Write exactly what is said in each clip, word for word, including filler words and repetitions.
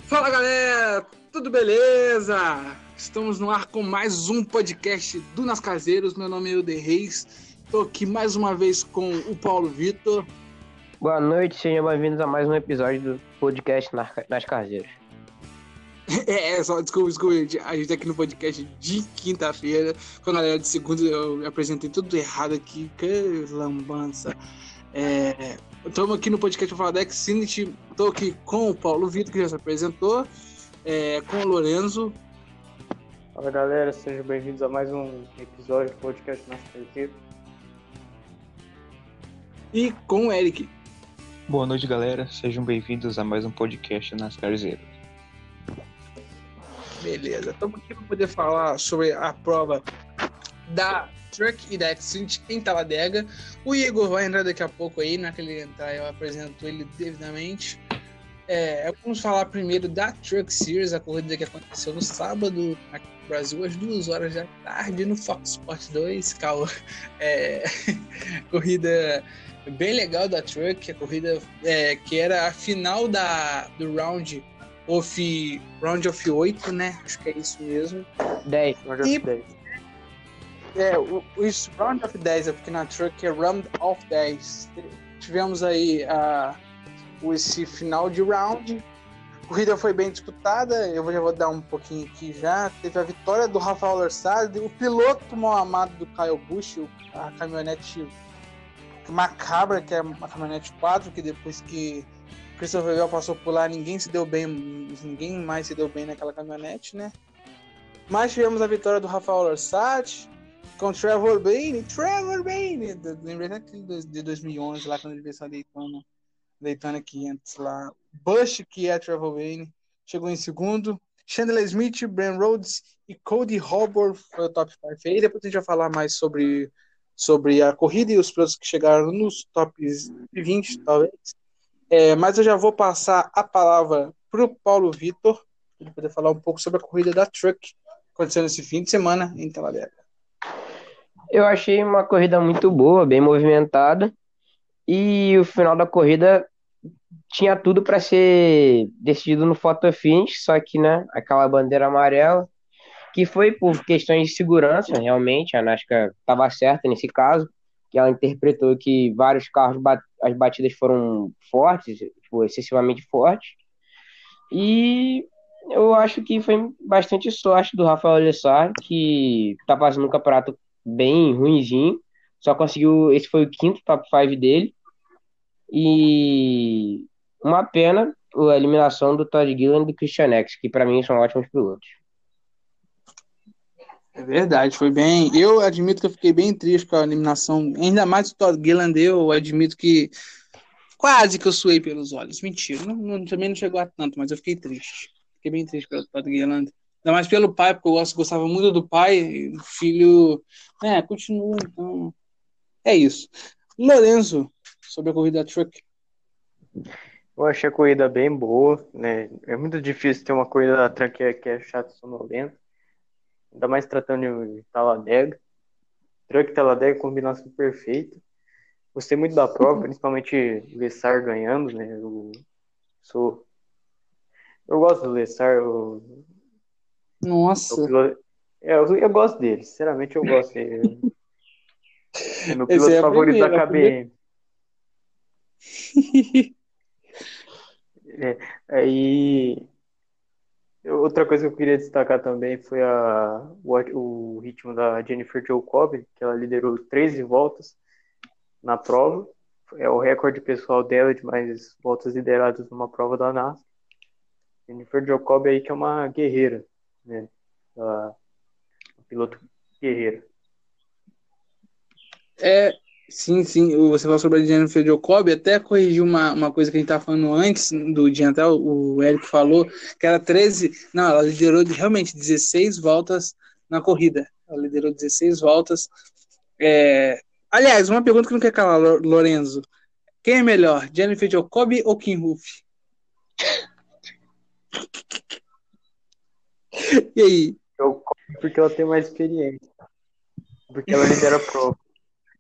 Fala galera, tudo beleza? Estamos no ar com mais um podcast do Nas Caseiros. Meu nome é Hilder Reis, estou aqui mais uma vez com o Paulo Vitor. Boa noite, sejam bem-vindos a mais um episódio do podcast Nas, Nas Caseiros. É, só desculpa, desculpa, gente. A gente tá aqui no podcast de quinta-feira. Com a galera de segunda, eu apresentei tudo errado aqui. Que lambança. É, estamos aqui no podcast para falar da Xfinity. Estou aqui com o Paulo Vitor, que já se apresentou, é, com o Lorenzo. Fala galera, sejam bem-vindos a mais um episódio do podcast Nas Caseiros. E com o Eric. Boa noite, galera. Sejam bem-vindos a mais um podcast Nas Caseiros. Beleza, estamos aqui para poder falar sobre a prova da Truck e da Xfinity em Talladega. O Igor vai entrar daqui a pouco aí, na que ele entrar eu apresento ele devidamente. É, vamos falar primeiro da Truck Series, a corrida que aconteceu no sábado aqui no Brasil, às duas horas da tarde, no Fox Sports dois. Calma. É, corrida bem legal da Truck, a corrida é, que era a final da, do round of, round of oito, né? Acho que é isso mesmo. dez. Round of E- dez. É, o, o isso, round of dez, é porque na Truck é round of dez. Tivemos aí a, o, esse final de round. A corrida foi bem disputada, eu já vou dar um pouquinho aqui já. Teve a vitória do Rafael Lorsad, o piloto mal amado do Kyle Busch, a caminhonete macabra, que é uma caminhonete quatro, que depois que Christopher Bell passou por lá, ninguém se deu bem, ninguém mais se deu bem naquela caminhonete, né? Mas tivemos a vitória do Rafael Lorsad com Trevor Bayne, Trevor Bayne, lembrei daquele de dois mil e onze, lá quando ele veio essa Daytona, Daytona quinhentos lá. Bush, que é Trevor Bayne, chegou em segundo. Chandler Smith, Bran Rhodes e Cody Holbrook foi o top cinco aí. Depois a gente vai falar mais sobre, sobre a corrida e os pilotos que chegaram nos tops vinte, talvez. É, mas eu já vou passar a palavra para o Paulo Vitor, para ele poder falar um pouco sobre a corrida da Truck, acontecendo esse fim de semana em Talladega. Eu achei uma corrida muito boa, bem movimentada, e o final da corrida tinha tudo para ser decidido no photo finish, só que, né, aquela bandeira amarela, que foi por questões de segurança, realmente, a NASCAR estava certa nesse caso, que ela interpretou que vários carros, bat- as batidas foram fortes, tipo, excessivamente fortes, e eu acho que foi bastante sorte do Rafael Lessard, que tá passando um campeonato bem ruinzinho. Só conseguiu. Esse foi o quinto top cinco dele. E uma pena a eliminação do Todd Gilliland e do Christian X, que para mim são ótimos pilotos. É verdade, foi bem. Eu admito que eu fiquei bem triste com a eliminação, ainda mais do Todd Gilliland. Eu admito que quase que eu suei pelos olhos. Mentira, não, não- também não chegou a tanto, mas eu fiquei triste. Fiquei bem triste pelo Todd Gilliland. Ainda mais pelo pai, porque eu gosto, gostava muito do pai, e o filho, é, continua, então. É isso. Lorenzo, sobre a corrida da Truck. Eu achei a corrida bem boa, né? É muito difícil ter uma corrida da Truck que é, que é chata e sonolenta, ainda mais tratando de Talladega. Truck e Talladega, combinação perfeita. Gostei muito da prova, principalmente o Lessard ganhando, né? Eu sou, eu gosto do Lessard, eu, eu Nossa, piloto- é, eu, eu gosto dele, sinceramente eu gosto dele. É meu esse piloto é a favorito da primeira. a primeira- K B M. É, aí, outra coisa que eu queria destacar também foi a, o, o ritmo da Jennifer Jo Cobb, que ela liderou treze voltas na prova. É o recorde pessoal dela de mais voltas lideradas numa prova da NASCAR. Jennifer Jo Cobb aí que é uma guerreira, né? Ela, uma piloto guerreira. É, sim, sim. Você falou sobre a Jennifer Jacob, até corrigir uma, uma coisa que a gente estava falando antes do dia até o Eric falou, que era treze. Não, ela liderou de, realmente dezesseis voltas na corrida. Ela liderou dezesseis voltas. É, aliás, uma pergunta que não quer calar, Lo- Lorenzo. Quem é melhor, Jennifer Jacob ou Kim Ruff? E aí? Jo Cobb porque ela tem mais experiência, porque ela lidera a prova.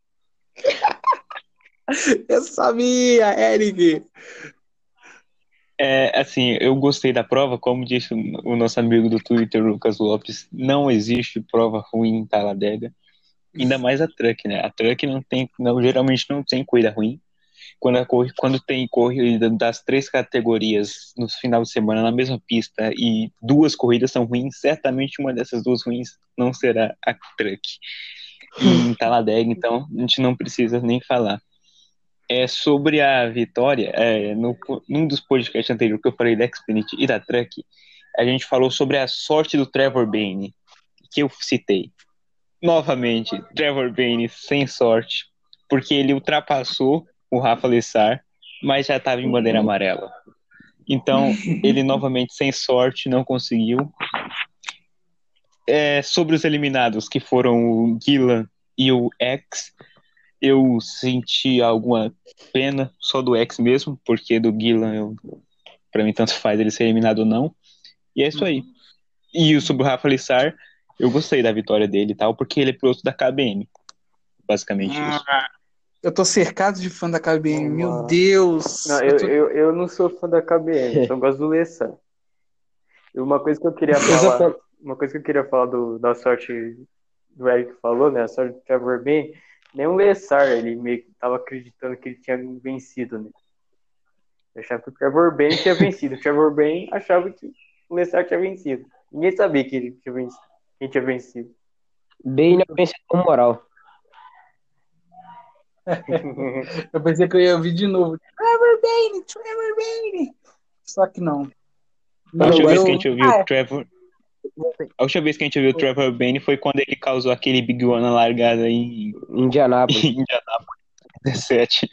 Eu sabia, Eric. É, assim, eu gostei da prova, como disse o o nosso amigo do Twitter, Lucas Lopes, não existe prova ruim em Talladega, ainda mais a truck, né? A truck não tem, não, geralmente não tem corrida ruim. Quando, a corri- quando tem corrida das três categorias no final de semana na mesma pista e duas corridas são ruins, certamente uma dessas duas ruins não será a truck. E em Talladega, então, a gente não precisa nem falar. É sobre a vitória, é, no, num dos podcasts anteriores que eu falei da Xfinity e da Truck, a gente falou sobre a sorte do Trevor Bayne, que eu citei. Novamente, Trevor Bayne sem sorte, porque ele ultrapassou o Rafa Lessar, mas já estava em bandeira amarela. Então, ele novamente sem sorte, não conseguiu. É, sobre os eliminados, que foram o Gillan e o X, eu senti alguma pena só do X mesmo, porque do Gillan, eu, pra mim, tanto faz ele ser eliminado ou não. E é isso aí. E sobre o Rafa Lissar, eu gostei da vitória dele e tal, porque ele é piloto da K B M. Basicamente isso. Ah, eu tô cercado de fã da K B M, meu Uma- Deus. Não, Eu eu, tô- eu, eu não sou fã da K B M, eu só gosto do Lessan. E uma coisa que eu queria Eu sou falar, fã- uma coisa que eu queria falar do, da sorte do Eric falou, né? A sorte do Trevor Bayne, nem o Lessar, ele meio que tava acreditando que ele tinha vencido, né? Eu achava que o Trevor Bayne tinha vencido. O Trevor Bayne achava que o Lessar tinha vencido. Ninguém sabia que ele tinha vencido. Quem tinha vencido. Bem na vencedor moral. Eu pensei que eu ia ouvir de novo. Trevor Bayne, Trevor Bayne. Só que não. A Não última vez que a deu. gente ouviu Ah, o é. Trevor. A última vez que a gente ouviu o Trevor Bayne foi quando ele causou aquele Big One na largada em, Indianápolis. em Indianápolis dezessete.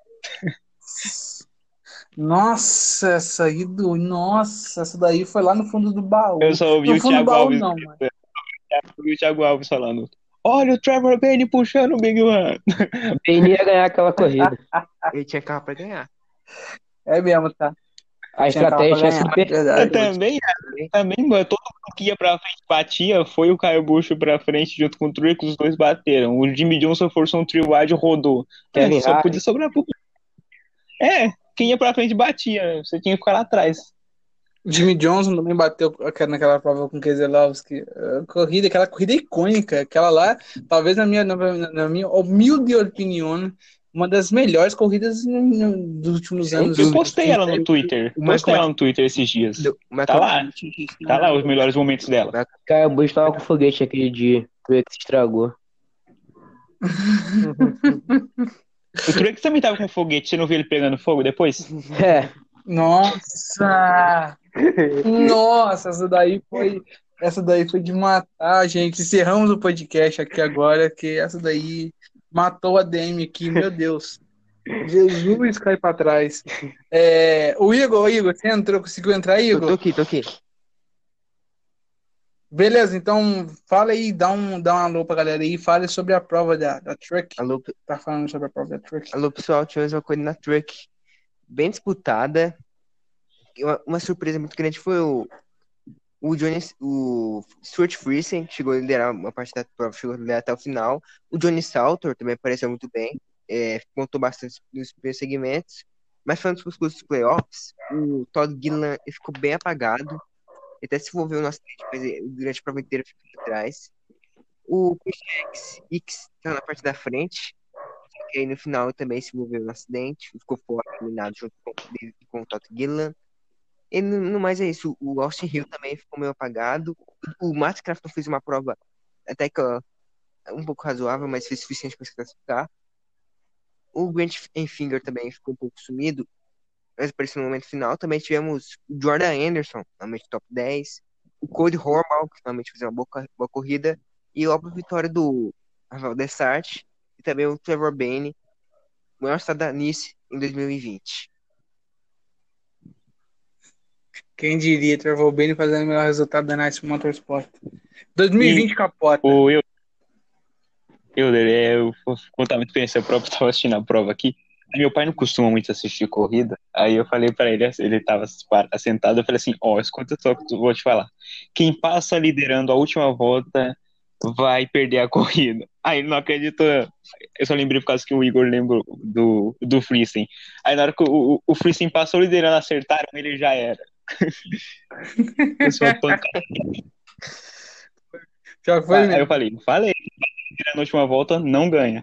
Nossa, essa aí do. Nossa, essa daí foi lá no fundo do Eu baú. só ouvi No o fundo do Thiago baú, Alves, não, mano. eu ouvi o Thiago Alves falando: olha o Trevor Bayne puxando o Big One. Bem ia ganhar aquela corrida. Ele tinha carro pra ganhar. É mesmo, tá? A Tinha carro pra estratégia tinha sido ganhar, perfeita. verdade. também, também, mano, todo mundo que ia pra frente batia, foi o Caio Bucho pra frente junto com o Truex, os dois bateram. O Jimmy Johnson forçou um trio wide e rodou. É, Kevin só Harvick. podia sobrar pro... É, quem ia pra frente batia, você tinha que ficar lá atrás. Jimmy Johnson também bateu naquela prova com Keselowski. Uh, corrida, aquela corrida icônica. Aquela lá, talvez na minha, na, na minha humilde opinião, uma das melhores corridas no- no- dos últimos Sem anos. Eu dúvida. postei ela no Twitter, O postei Michael ela no Twitter esses dias. O Michael Tá lá, tá lá os melhores momentos dela. Caio Busch tava com foguete aquele dia. O X estragou. O Truex também tava com foguete, você não viu ele pegando fogo depois? É, Nossa! Nossa, essa daí foi. Essa daí foi de matar, gente. Encerramos o podcast aqui agora, que essa daí matou a D M aqui, meu Deus. Jesus cai pra trás. É, o Igor, o Igor, você entrou, conseguiu entrar, Eu tô Igor? aqui, tô aqui. Beleza, então fala aí, dá um, dá um alô pra galera aí, fale sobre a prova da, da Truck. Alô, Tá falando sobre a prova da Truck. alô pessoal, tivemos uma corrida na Truck bem disputada. E Uma, uma surpresa muito grande foi o, o Johnny, o Stuart Friesen, que chegou a liderar uma parte da prova, chegou a liderar até o final. O Johnny Salter também apareceu muito bem, é, contou bastante nos primeiros segmentos. Mas falando dos dos playoffs, o Todd Gilliland ele ficou bem apagado. Ele até se envolveu no acidente, mas ele- durante a prova inteira ficou para trás. O Christian X, X tá na parte da frente, que aí no final também se envolveu no acidente, ficou fora, eliminado junto com, com o Todd Gilliland. E no, no mais é isso, o Austin Hill também ficou meio apagado. O Matt Crafton fez uma prova até que ó, um pouco razoável, mas fez suficiente para se classificar. O Grant Enfinger também ficou um pouco sumido, mas apareceu no momento final. Também tivemos o Jordan Anderson, normalmente top dez. O Cody Hormal, que normalmente fez uma boa, boa corrida. E a óbvia vitória do Rafael Dessart. E também o Trevor Bayne, o maior estado da Nice em dois mil e vinte. Quem diria, Trevor Bayne fazendo o melhor resultado da Nice Motorsport. dois mil e vinte E capota. o eu, eu, é, eu vou contar uma experiência própria, eu tava assistindo a prova aqui. Meu pai não costuma muito assistir corrida, aí eu falei pra ele, ele tava assentado, eu falei assim, ó, escuta só que eu vou te falar. Quem passa liderando a última volta vai perder a corrida. Aí ele não acreditou. Eu só lembrei por causa que o Igor lembrou do, do Friesen. Aí na hora que o, o Friesen passou liderando, acertaram, ele já era. Isso é uma pancada. Já foi Aí eu mesmo. falei, falei, na última volta não ganha.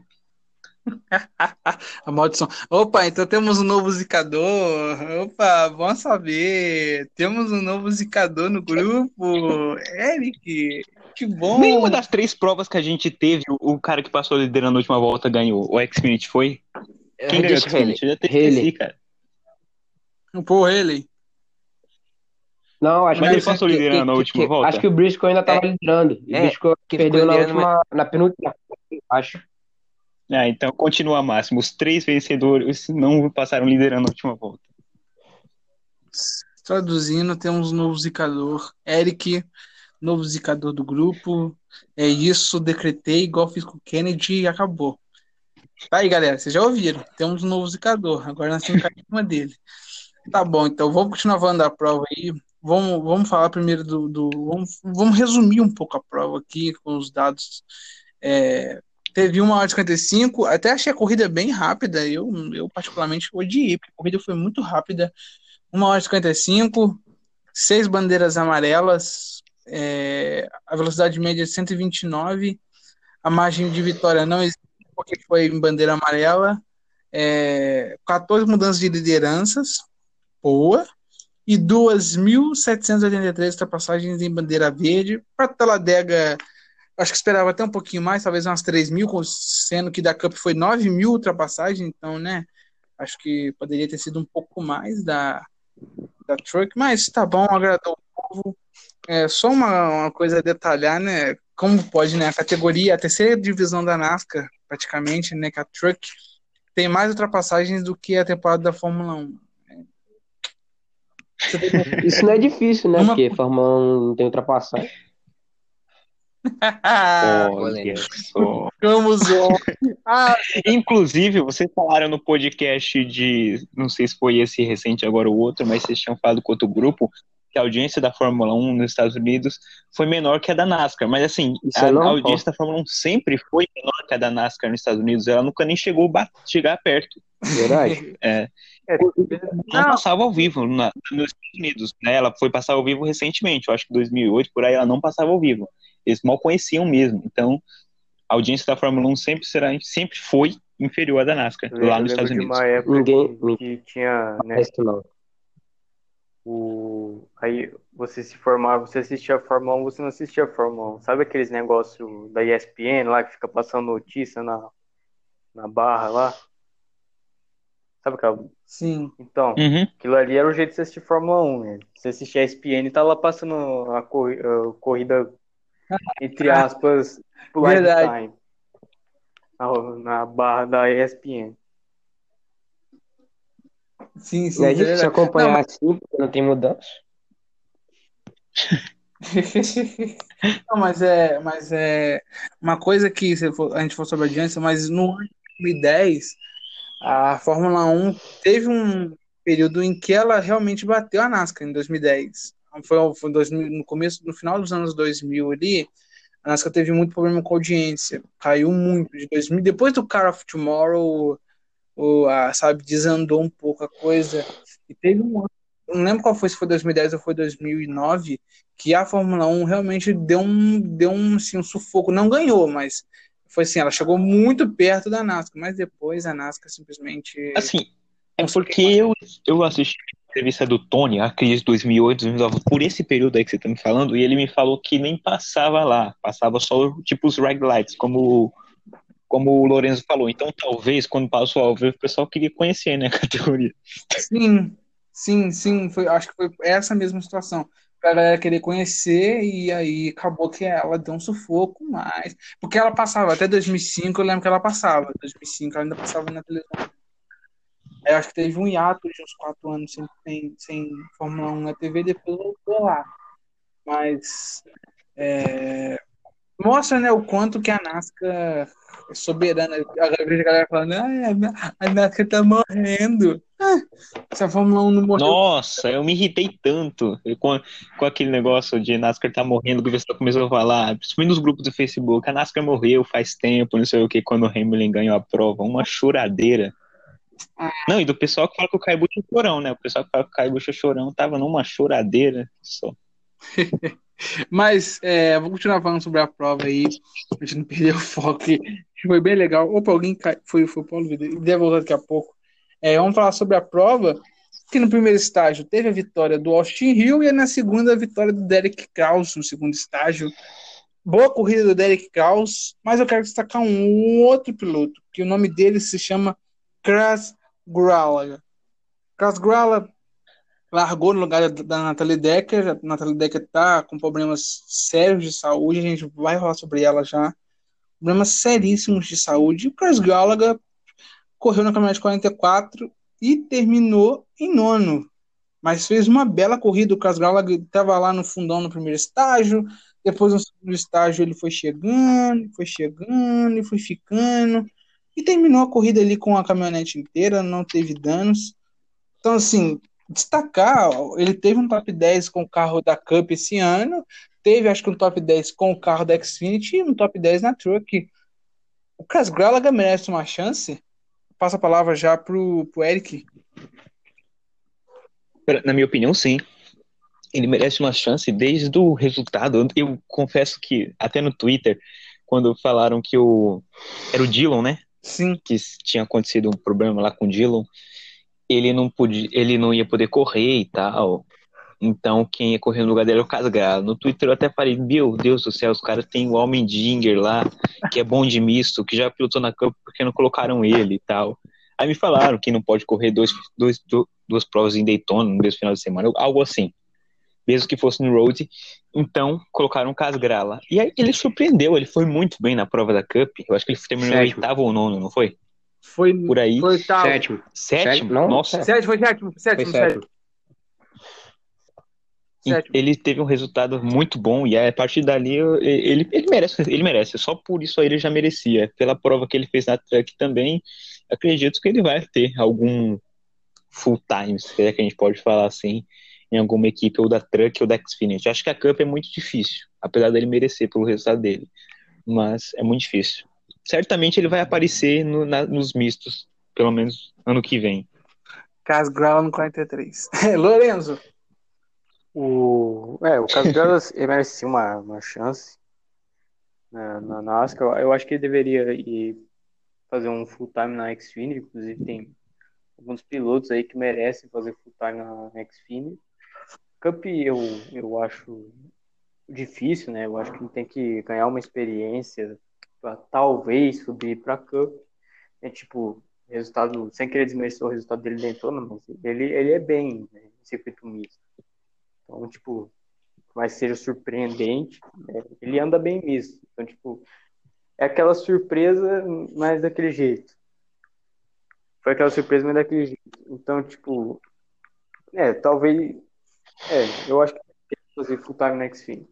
A maldição. Opa, então temos um novo zicador. Opa, bom saber. Temos um novo zicador no grupo. Eric, que Nenhuma bom. das três provas que a gente teve, o, o cara que passou liderando na última volta ganhou. O Xfinity foi? Quem ganhou o Reddish Haley. Xfinity? Eu já até Haley. esqueci, cara. Pô, ele. Não, acho Mas que, ele passou que- liderando que- na que- última que- volta? acho que o Briscoe ainda estava É, liderando. E o é, Briscoe que ficou perdeu na liderando, última, na penúltima, acho. Ah, então continua máximo. Os três vencedores não passaram liderando na última volta. Traduzindo, temos um novo zicador. Eric, novo zicador do grupo. É isso, decretei, igual fiz com o Kennedy e acabou. Tá aí, galera, vocês já ouviram. Temos um novo zicador. Agora nós temos que ficar em cima dele. Tá bom, então vamos continuar falando da prova aí. Vamos, vamos falar primeiro do. do vamos, vamos resumir um pouco a prova aqui com os dados. É, teve uma hora e cinquenta e cinco, até achei a corrida bem rápida. Eu, eu particularmente odiei, porque a corrida foi muito rápida. Uma hora e cinquenta e cinco, seis bandeiras amarelas, é, a velocidade média é cento e vinte e nove, a margem de vitória não existe porque foi em bandeira amarela, é, quatorze mudanças de lideranças, boa, e duas mil setecentas e oitenta e três ultrapassagens em bandeira verde. Para Talladega, acho que esperava até um pouquinho mais, talvez umas três mil, sendo que da Cup foi nove mil ultrapassagens, então, né, acho que poderia ter sido um pouco mais da, da Truck, mas tá bom, agradou o povo. É só uma, uma coisa a detalhar, né, como pode, né, a categoria, a terceira divisão da NASCAR, praticamente, né, que a Truck tem mais ultrapassagens do que a temporada da Fórmula um. Você tem Isso não é difícil, né? Uma- Porque Fórmula um não tem ultrapassagem. Ah, Olha polêmica. só. ficamos on. Ah, Inclusive, vocês falaram no podcast de, não sei se foi esse recente agora ou outro, mas vocês tinham falado com outro grupo, que a audiência da Fórmula um nos Estados Unidos foi menor que a da NASCAR. Mas assim, Isso a, é a normal. audiência da Fórmula um sempre foi menor que a da NASCAR nos Estados Unidos. Ela nunca nem chegou a chegar perto. Verdade. É, É, não Não. passava ao vivo na, nos Estados Unidos, né? Ela foi passar ao vivo recentemente, eu acho que em dois mil e oito, por aí ela não passava ao vivo. Eles mal conheciam mesmo. Então, a audiência da Fórmula um sempre será, sempre foi inferior à da NASCAR, eu lá lembro nos Estados de Unidos. uma época Ninguém- que, que tinha, Não é né, isso não. o... aí você se formava, você assistia a Fórmula um, você não assistia a Fórmula um. Sabe aqueles negócios da E S P N lá que fica passando notícia na, na barra lá? Sabe aquela... Sim. Então, Uhum. aquilo ali era o jeito de você assistir Fórmula um, né? Você assistia a E S P N e tá lá passando a, corri- a corrida, entre aspas, pro Verdade. lifetime. Na, na barra da E S P N. Sim, sim. Não é isso é difícil verdade. acompanhar assim, porque não tem mudança. Não, mas é, mas é uma coisa que se for- a gente for sobre a audiência, mas no ano de dois mil e dez, a Fórmula um teve um período em que ela realmente bateu a NASCAR em dois mil e dez. Foi, foi dois mil, no começo, no final dos anos dois mil ali, a NASCAR teve muito problema com a audiência. Caiu muito de dois mil. Depois do Car of Tomorrow, o, a, sabe, desandou um pouco a coisa. E teve um ano, eu não lembro qual foi, se foi dois mil e dez ou foi dois mil e nove, que a Fórmula um realmente deu um, deu um, assim, um sufoco. Não ganhou, mas foi assim, ela chegou muito perto da NASCAR, mas depois a NASCAR simplesmente... Assim, é porque eu, eu assisti a entrevista do Tony, a crise de dois mil e oito, dois mil e nove, por esse período aí que você tá me falando, e ele me falou que nem passava lá, passava só tipo os red lights, como, como o Lorenzo falou. Então talvez quando passou ao vivo o pessoal queria conhecer, né, a categoria. Sim, sim, sim, foi, acho que foi essa mesma situação. A galera querer conhecer e aí acabou que ela deu um sufoco mais. Porque ela passava até dois mil e cinco, eu lembro que ela passava. dois mil e cinco ela ainda passava na televisão. Aí eu acho que teve um hiato de uns quatro anos sem, sem, sem Fórmula um na T V, depois voltou lá. Mas é, mostra, né, o quanto que a NASCAR soberana. Agora eu vejo a galera falando, ah, a Na- a NASCAR tá morrendo. Ah, se a Fórmula um não morreu. Nossa, eu me irritei tanto com, com aquele negócio de NASCAR tá morrendo, que o pessoal começou a falar, principalmente nos grupos do Facebook, a NASCAR morreu faz tempo, não sei o que, quando o Hamilton ganhou a prova. Uma choradeira. Não, e do pessoal que fala que o Kaibucha é chorão, né? O pessoal que fala que o Kaibucha é chorão tava numa choradeira só. Mas é, vou continuar falando sobre a prova aí, pra gente não perder o foco, que foi bem legal. Opa, alguém cai... foi, foi o Paulo Vitor, ele deve voltar daqui a pouco. É, vamos falar sobre a prova, que no primeiro estágio teve a vitória do Austin Hill e na segunda a vitória do Derek Kraus no segundo estágio. Boa corrida do Derek Kraus, mas eu quero destacar um outro piloto, que o nome dele se chama Kras Grala. Kras Grala largou no lugar da, da Natalie Decker. A Natalie Decker está com problemas sérios de saúde, a gente vai falar sobre ela já. Problemas seríssimos de saúde. E o Chris Gallagher correu na caminhonete quarenta e quatro e terminou em nono. Mas fez uma bela corrida. O Chris Gallagher estava lá no fundão no primeiro estágio. Depois no segundo estágio ele foi chegando, foi chegando e foi ficando. E terminou a corrida ali com a caminhonete inteira, não teve danos. Então, assim, destacar, ele teve um top dez com o carro da Cup esse ano, teve acho que um top dez com o carro da Xfinity e um top dez na Truck. O Chris Gallagher merece uma chance? Passo a palavra já pro, pro Eric. Na minha opinião, sim. Ele merece uma chance desde o resultado. Eu confesso que, até no Twitter, quando falaram que o... era o Dillon, né? Sim. Que tinha acontecido um problema lá com o Dillon, ele não podia, ele não ia poder correr e tal. Então quem ia correr no lugar dele era o Casgrala. No Twitter eu até falei, meu Deus do céu, os caras têm o Allmendinger lá, que é bom de misto, que já pilotou na Cup, porque não colocaram ele e tal. Aí me falaram que não pode correr dois, dois, duas provas em Daytona no mesmo final de semana, algo assim. Mesmo que fosse no road. Então colocaram o Casgrala. E aí ele surpreendeu, ele foi muito bem na prova da Cup. Eu acho que ele terminou em oitavo ou nono, não foi? Foi por aí. Foi oitavo. Sétimo. Sétimo? Não, Nossa. Sétimo, foi sétimo. Sétimo, Foi sétimo. sétimo. Ele teve um resultado muito bom e a partir dali ele, ele merece, ele merece. Só por isso aí ele já merecia. Pela prova que ele fez na Truck também, acredito que ele vai ter algum full time, se é que a gente pode falar assim, em alguma equipe ou da Truck ou da Xfinity. Acho que a Cup é muito difícil, apesar dele merecer pelo resultado dele, mas é muito difícil. Certamente ele vai aparecer no, na, nos mistos, pelo menos ano que vem. Casgrala no quarenta e três. Lorenzo. O, é, o Casgrala merece uma, uma chance na, na NASCAR. Eu, eu acho que ele deveria ir fazer um full time na Xfinity. Inclusive tem alguns pilotos aí que merecem fazer full time na Xfinity. Cup eu, eu acho difícil, né? Eu acho que ele tem que ganhar uma experiência para talvez subir para Cup. É tipo, resultado, sem querer desmerecer o resultado dele dentro, mas ele, ele é bem, né, em circuito misto. Então, tipo, mas seja surpreendente, né, ele anda bem misto. Então, tipo, é aquela surpresa, mas daquele jeito. Foi aquela surpresa, mas daquele jeito. Então, tipo, é, talvez, é, eu acho que tem que fazer full time na Xfinity.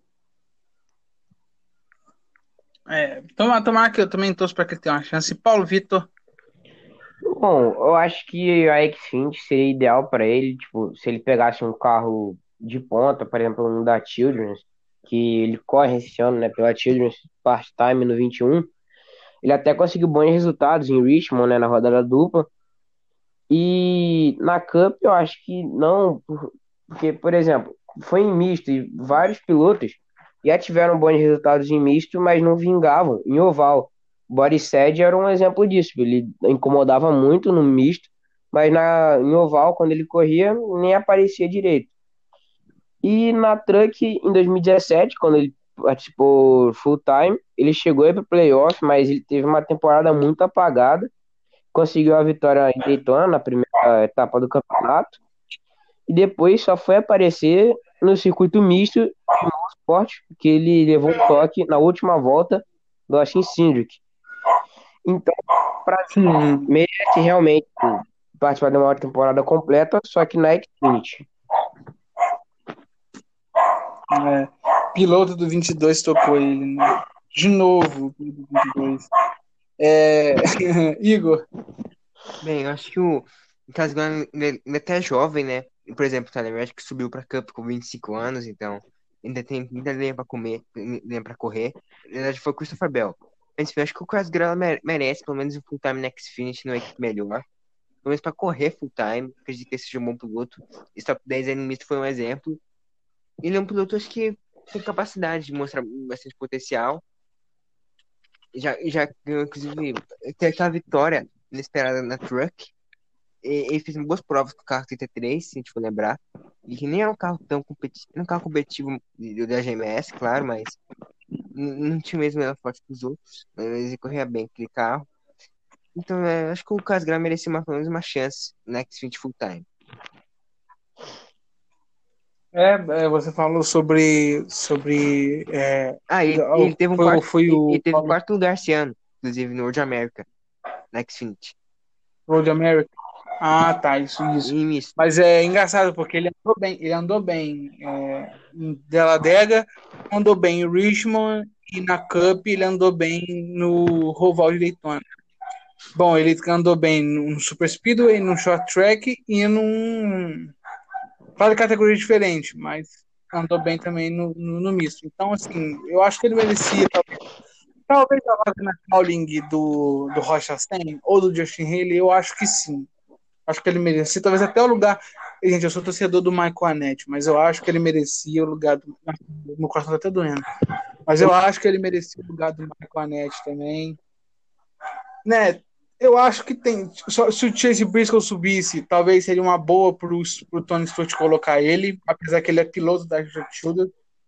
É, tomara, tomara que eu também torço para que ele tenha uma chance. Paulo Vitor. Bom, eu acho que a Xfinity seria ideal para ele, tipo, se ele pegasse um carro de ponta, por exemplo, um da Children's, que ele corre esse ano, né, pela Children's part-time no vinte e um, ele até conseguiu bons resultados em Richmond, né, na rodada dupla, e na Cup eu acho que não, porque, por exemplo, foi em misto e vários pilotos já tiveram bons resultados em misto, mas não vingavam em oval. O Borised era um exemplo disso, ele incomodava muito no misto, mas na, em oval, quando ele corria, nem aparecia direito. E na Truck, em dois mil e dezessete, quando ele participou full time, ele chegou aí para o playoff, mas ele teve uma temporada muito apagada, conseguiu a vitória em Daytona, na primeira etapa do campeonato, e depois só foi aparecer no circuito misto de Motorsport, que ele levou um toque na última volta do Austin Cindric. Então, para mim, merece realmente participar de uma temporada completa, só que na Xfinity. É, piloto do vinte e dois tocou ele, né? De novo, do vinte e dois. É... Igor. Bem, eu acho que o Casgrande ainda ainda até é jovem, né? Por exemplo, o Tyler Reddick subiu pra Cup com vinte e cinco anos, então ainda tem muita lenha pra comer, lenha pra correr. Na verdade, foi o Christopher Bell. Mas enfim, eu acho que o Casgrande merece pelo menos um full-time next finish numa equipe melhor. Pelo menos pra correr full-time. Acredito que esse seja um bom piloto. Esse top dez animista foi um exemplo. Ele é um piloto, acho que tem capacidade de mostrar bastante potencial. Já, já ganhou, inclusive, tem aquela vitória inesperada na Truck. E- Ele fez boas provas com o carro trinta e três, se a gente for lembrar. E que nem era um carro tão competitivo, era um carro competitivo de- da G M S, claro, mas n- não tinha mesmo ela forte que os outros. Mas ele corria bem aquele carro. Então, é, acho que o Casgrande merecia uma, pelo menos uma chance no Next vinte Full Time. É, é, você falou sobre. sobre é, Ah, ele, ele teve um foi, quarto, foi ele, o ele teve um quarto lugar esse ano, inclusive no World America, Next vinte. Road America. Ah, tá, isso, isso. E misto. Mas é engraçado porque ele andou bem, ele andou bem é, em Deladega, andou bem em Richmond e na Cup ele andou bem no Roval de Daytona. Bom, ele andou bem no Super Speedway, no Short Track e num. Claro, categoria diferente, mas andou bem também no, no, no misto. Então, assim, eu acho que ele merecia, talvez, talvez a vaga na Cowling do, do Rocha Chastain ou do Justin Haley, eu acho que sim. Acho que ele merecia, talvez até o lugar. Gente, eu sou torcedor do Michael Annett, mas eu acho que ele merecia o lugar do. Meu coração tá até doendo. Mas eu acho que ele merecia o lugar do Michael Annett também. Né? Eu acho que tem. Só, se o Chase Briscoe subisse, talvez seria uma boa pro, pro Tony Stewart colocar ele, apesar que ele é piloto da Shooter.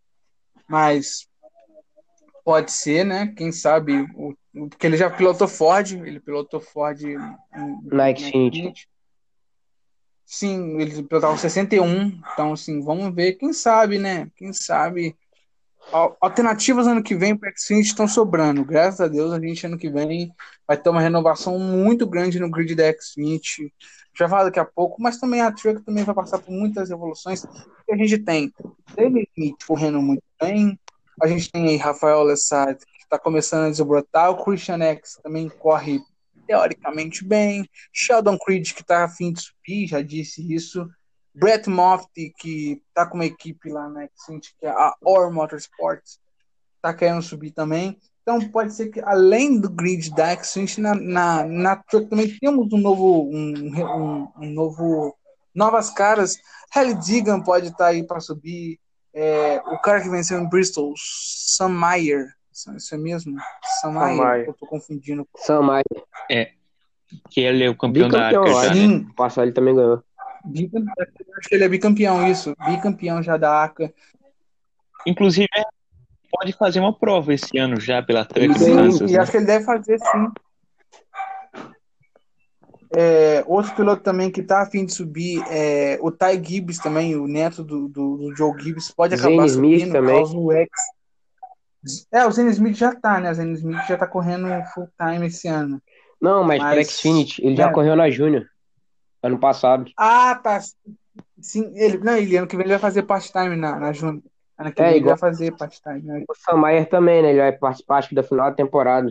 Mas pode ser, né? Quem sabe. O, porque ele já pilotou Ford, ele pilotou Ford em, Na em Xfinity. Sim, ele pilotava sessenta e um, então assim, vamos ver, quem sabe, né? Quem sabe. Al- Alternativas ano que vem para Xfinity estão sobrando. Graças a Deus, a gente ano que vem vai ter uma renovação muito grande no grid da Xfinity. Já falo daqui a pouco, mas também a Truck também vai passar por muitas evoluções. Que a gente tem David Smith correndo muito bem, a gente tem aí Rafael Lessard, que está começando a desbrotar, o Christian X também corre teoricamente bem, Sheldon Creed, que está a fim de subir, já disse isso. Brett Moffitt, que tá com uma equipe lá na Xfinity, que é a Or Motorsports, tá querendo subir também. Então pode ser que, além do grid da Xfinity, na, na, na Truck também temos um novo, um, um, um novo, novas caras. Halle Deegan pode estar tá aí para subir. É, o cara que venceu em Bristol, Sam Mayer, isso é mesmo? Sam Mayer, eu tô confundindo. Sam Mayer. É, que ele é o campeão da Bicampeão, Arca eu já, acho. né? Sim, O passado ele também ganhou. bicampeão, acho que ele é bicampeão, isso. Bicampeão já da Arca. Inclusive, pode fazer uma prova esse ano já pela Truck do Sim, Kansas, E né? acho que ele deve fazer, sim. É, outro piloto também que tá a fim de subir é o Ty Gibbs também, o neto do, do, do Joe Gibbs, pode acabar Zane Smith subindo, também. causa o X. É, o Zane Smith já tá, né? O Zane Smith já tá correndo full time esse ano. Não, mas para Mas, Xfinity, ele já né? correu na Júnior, ano passado. Ah, tá. Sim, ele, não, ele ano que vem ele vai fazer part-time na, na Júnior. Ano que É, vem ele igual vai fazer part-time, né? o Sam Mayer também, né? Ele vai participar acho que da final da temporada.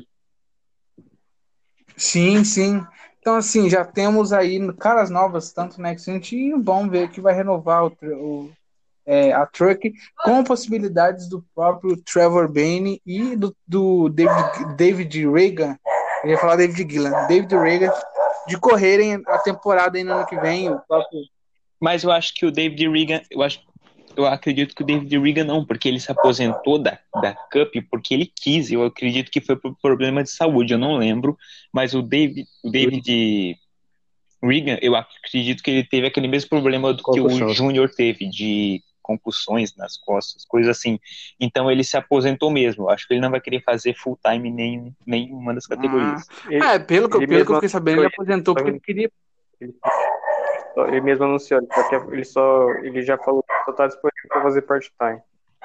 Sim, sim. Então, assim, já temos aí caras novas, tanto na Xfinity, e vamos ver que vai renovar o, o é, a Truck, com possibilidades do próprio Trevor Bayne e do, do David, David Reagan, eu ia falar David Gillan, David Reagan, de correrem a temporada aí no ano que vem. O próprio... Mas eu acho que o David Reagan, eu acho, eu acredito que o David Reagan não, porque ele se aposentou da, da Cup porque ele quis. Eu acredito que foi por problema de saúde, eu não lembro. Mas o David, o David Reagan, eu acredito que ele teve aquele mesmo problema do que Concussão. o Júnior teve, de concussões nas costas, coisas assim. Então ele se aposentou mesmo. Eu acho que ele não vai querer fazer full time em nenhum, nenhuma das categorias. Ah, é, pelo, que, Ele pelo que eu mesmo fiquei sabendo, ele aposentou porque ele queria. Ele, ele mesmo anunciou, ele só, quer- ele só ele já falou que só tá disponível para fazer part-time.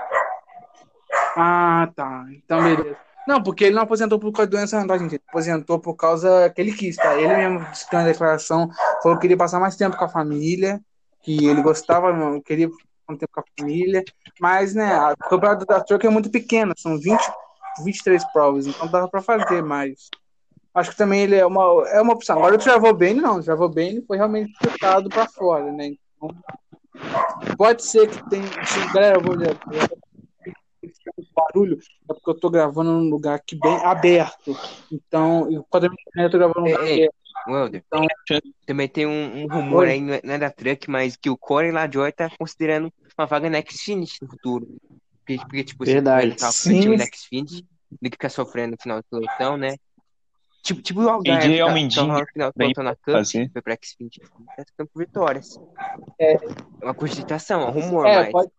Ah, tá. Então, beleza. Não, porque ele não aposentou por causa de doença, não, tá, gente? Ele aposentou por causa que ele quis, tá? Ele mesmo disse na declaração, falou que queria passar mais tempo com a família, que ele gostava, não, queria passar mais tempo com a família, mas, né, a campeonato da Truck é muito pequena, são vinte, vinte e três provas, então dava pra fazer mais. Acho que também ele é uma, é uma opção. Agora o Trevor Bayne não. O Trevor Bayne foi realmente chutado para fora, né? Então, pode ser que tenha. Galera, eu vou ler. Barulho é porque eu tô gravando num lugar aqui bem aberto. Então, eu, quando eu tô gravando num lugar Ei, ei, aberto. Welder, Então, também tem um, um rumor oi. aí, não é não é da Truck, mas que o Corey LaJoy tá considerando uma vaga na Xfinity no futuro. Porque, porque tipo, se Verdade. ele tava curtindo Sim, na Xfinity, do que ficar sofrendo no final do pelotão, né? Tipo, tipo o A Algar, J que tá, tava Allmendinger no final do vem pelotão na pra Cup, fazer. foi pra Xfinity, tá ficando por vitórias. é, É uma cogitação, é um rumor, é, mas pode.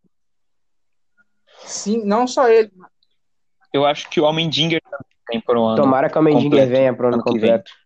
Sim, não só ele. Eu acho que o Allmendinger também vem por um ano Tomara que a Mendinger completo. venha pro ano Ano que vem. completo.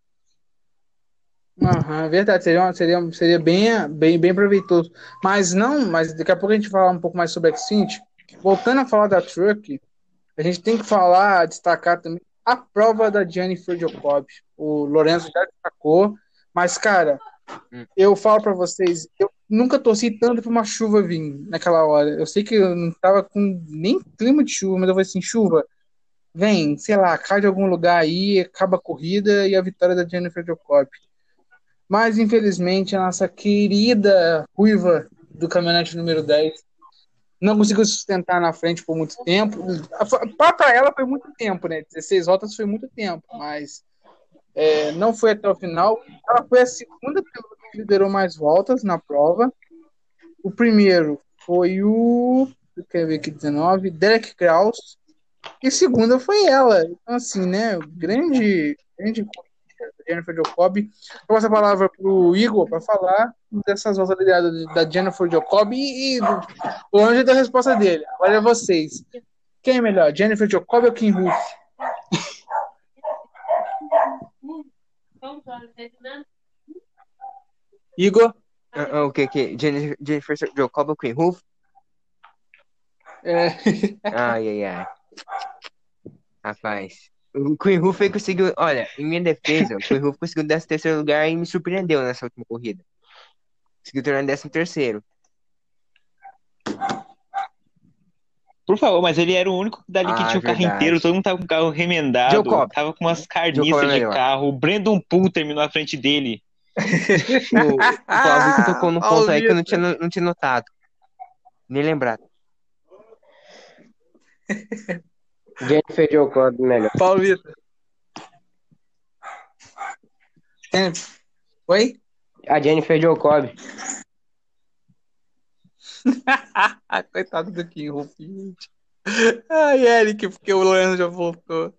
Aham, é verdade, seria, uma- seria, seria bem, bem, bem proveitoso. Mas não, mas daqui a pouco a gente fala um pouco mais sobre a Xfinity. Voltando a falar da Truck, a gente tem que falar, destacar também a prova da Jennifer Jacob. O Lorenzo já destacou, mas, cara, hum, eu falo pra vocês, eu nunca torci tanto pra uma chuva vir naquela hora. Eu sei que eu não tava com nem clima de chuva, mas eu falei assim, chuva, vem, sei lá, cai de algum lugar aí, acaba a corrida e a vitória da Jennifer Jacob. Mas, infelizmente, a nossa querida ruiva do caminhonete número dez não conseguiu se sustentar na frente por muito tempo. Para ela foi muito tempo, né? dezesseis voltas foi muito tempo, mas é, não foi até o final. Ela foi a segunda pilota que liderou mais voltas na prova. O primeiro foi o. Quer ver aqui, dezenove, Derek Kraus. E a segunda foi ela. Então, assim, né? Grande, grande Jennifer Jacob. Eu passo a palavra para o Igor para falar dessas voltas lideradas da Jennifer Jacob e, e do, longe da resposta dele. Agora é vocês. Quem é melhor, Jennifer Jacob ou Kim Ruff? Igor? ah, ah, o que que? Jennifer, Jennifer Jacob ou Queen Hoof? É... Ai, ai, ai. Rapaz. O Queen Hoof aí conseguiu. Olha, em minha defesa, o Queen Hoof conseguiu décimo terceiro lugar e me surpreendeu nessa última corrida. Conseguiu tornar décimo terceiro. Por favor, mas ele era o único dali que Ah, tinha o carro inteiro, verdade. todo mundo tava com o carro remendado, Jacob. tava com umas Jacob é carniças de melhor. carro, o Brandon Poole terminou à frente dele. O, o Paulo tocou num ponto aí que eu não Paulista. tinha, não tinha notado. Nem lembrado. Jennifer Jacob, melhor. Paulista. Oi? A Jennifer Jacob. Coitado do Kim Ruff, gente. Ai, Eric, porque o Lorenzo já voltou.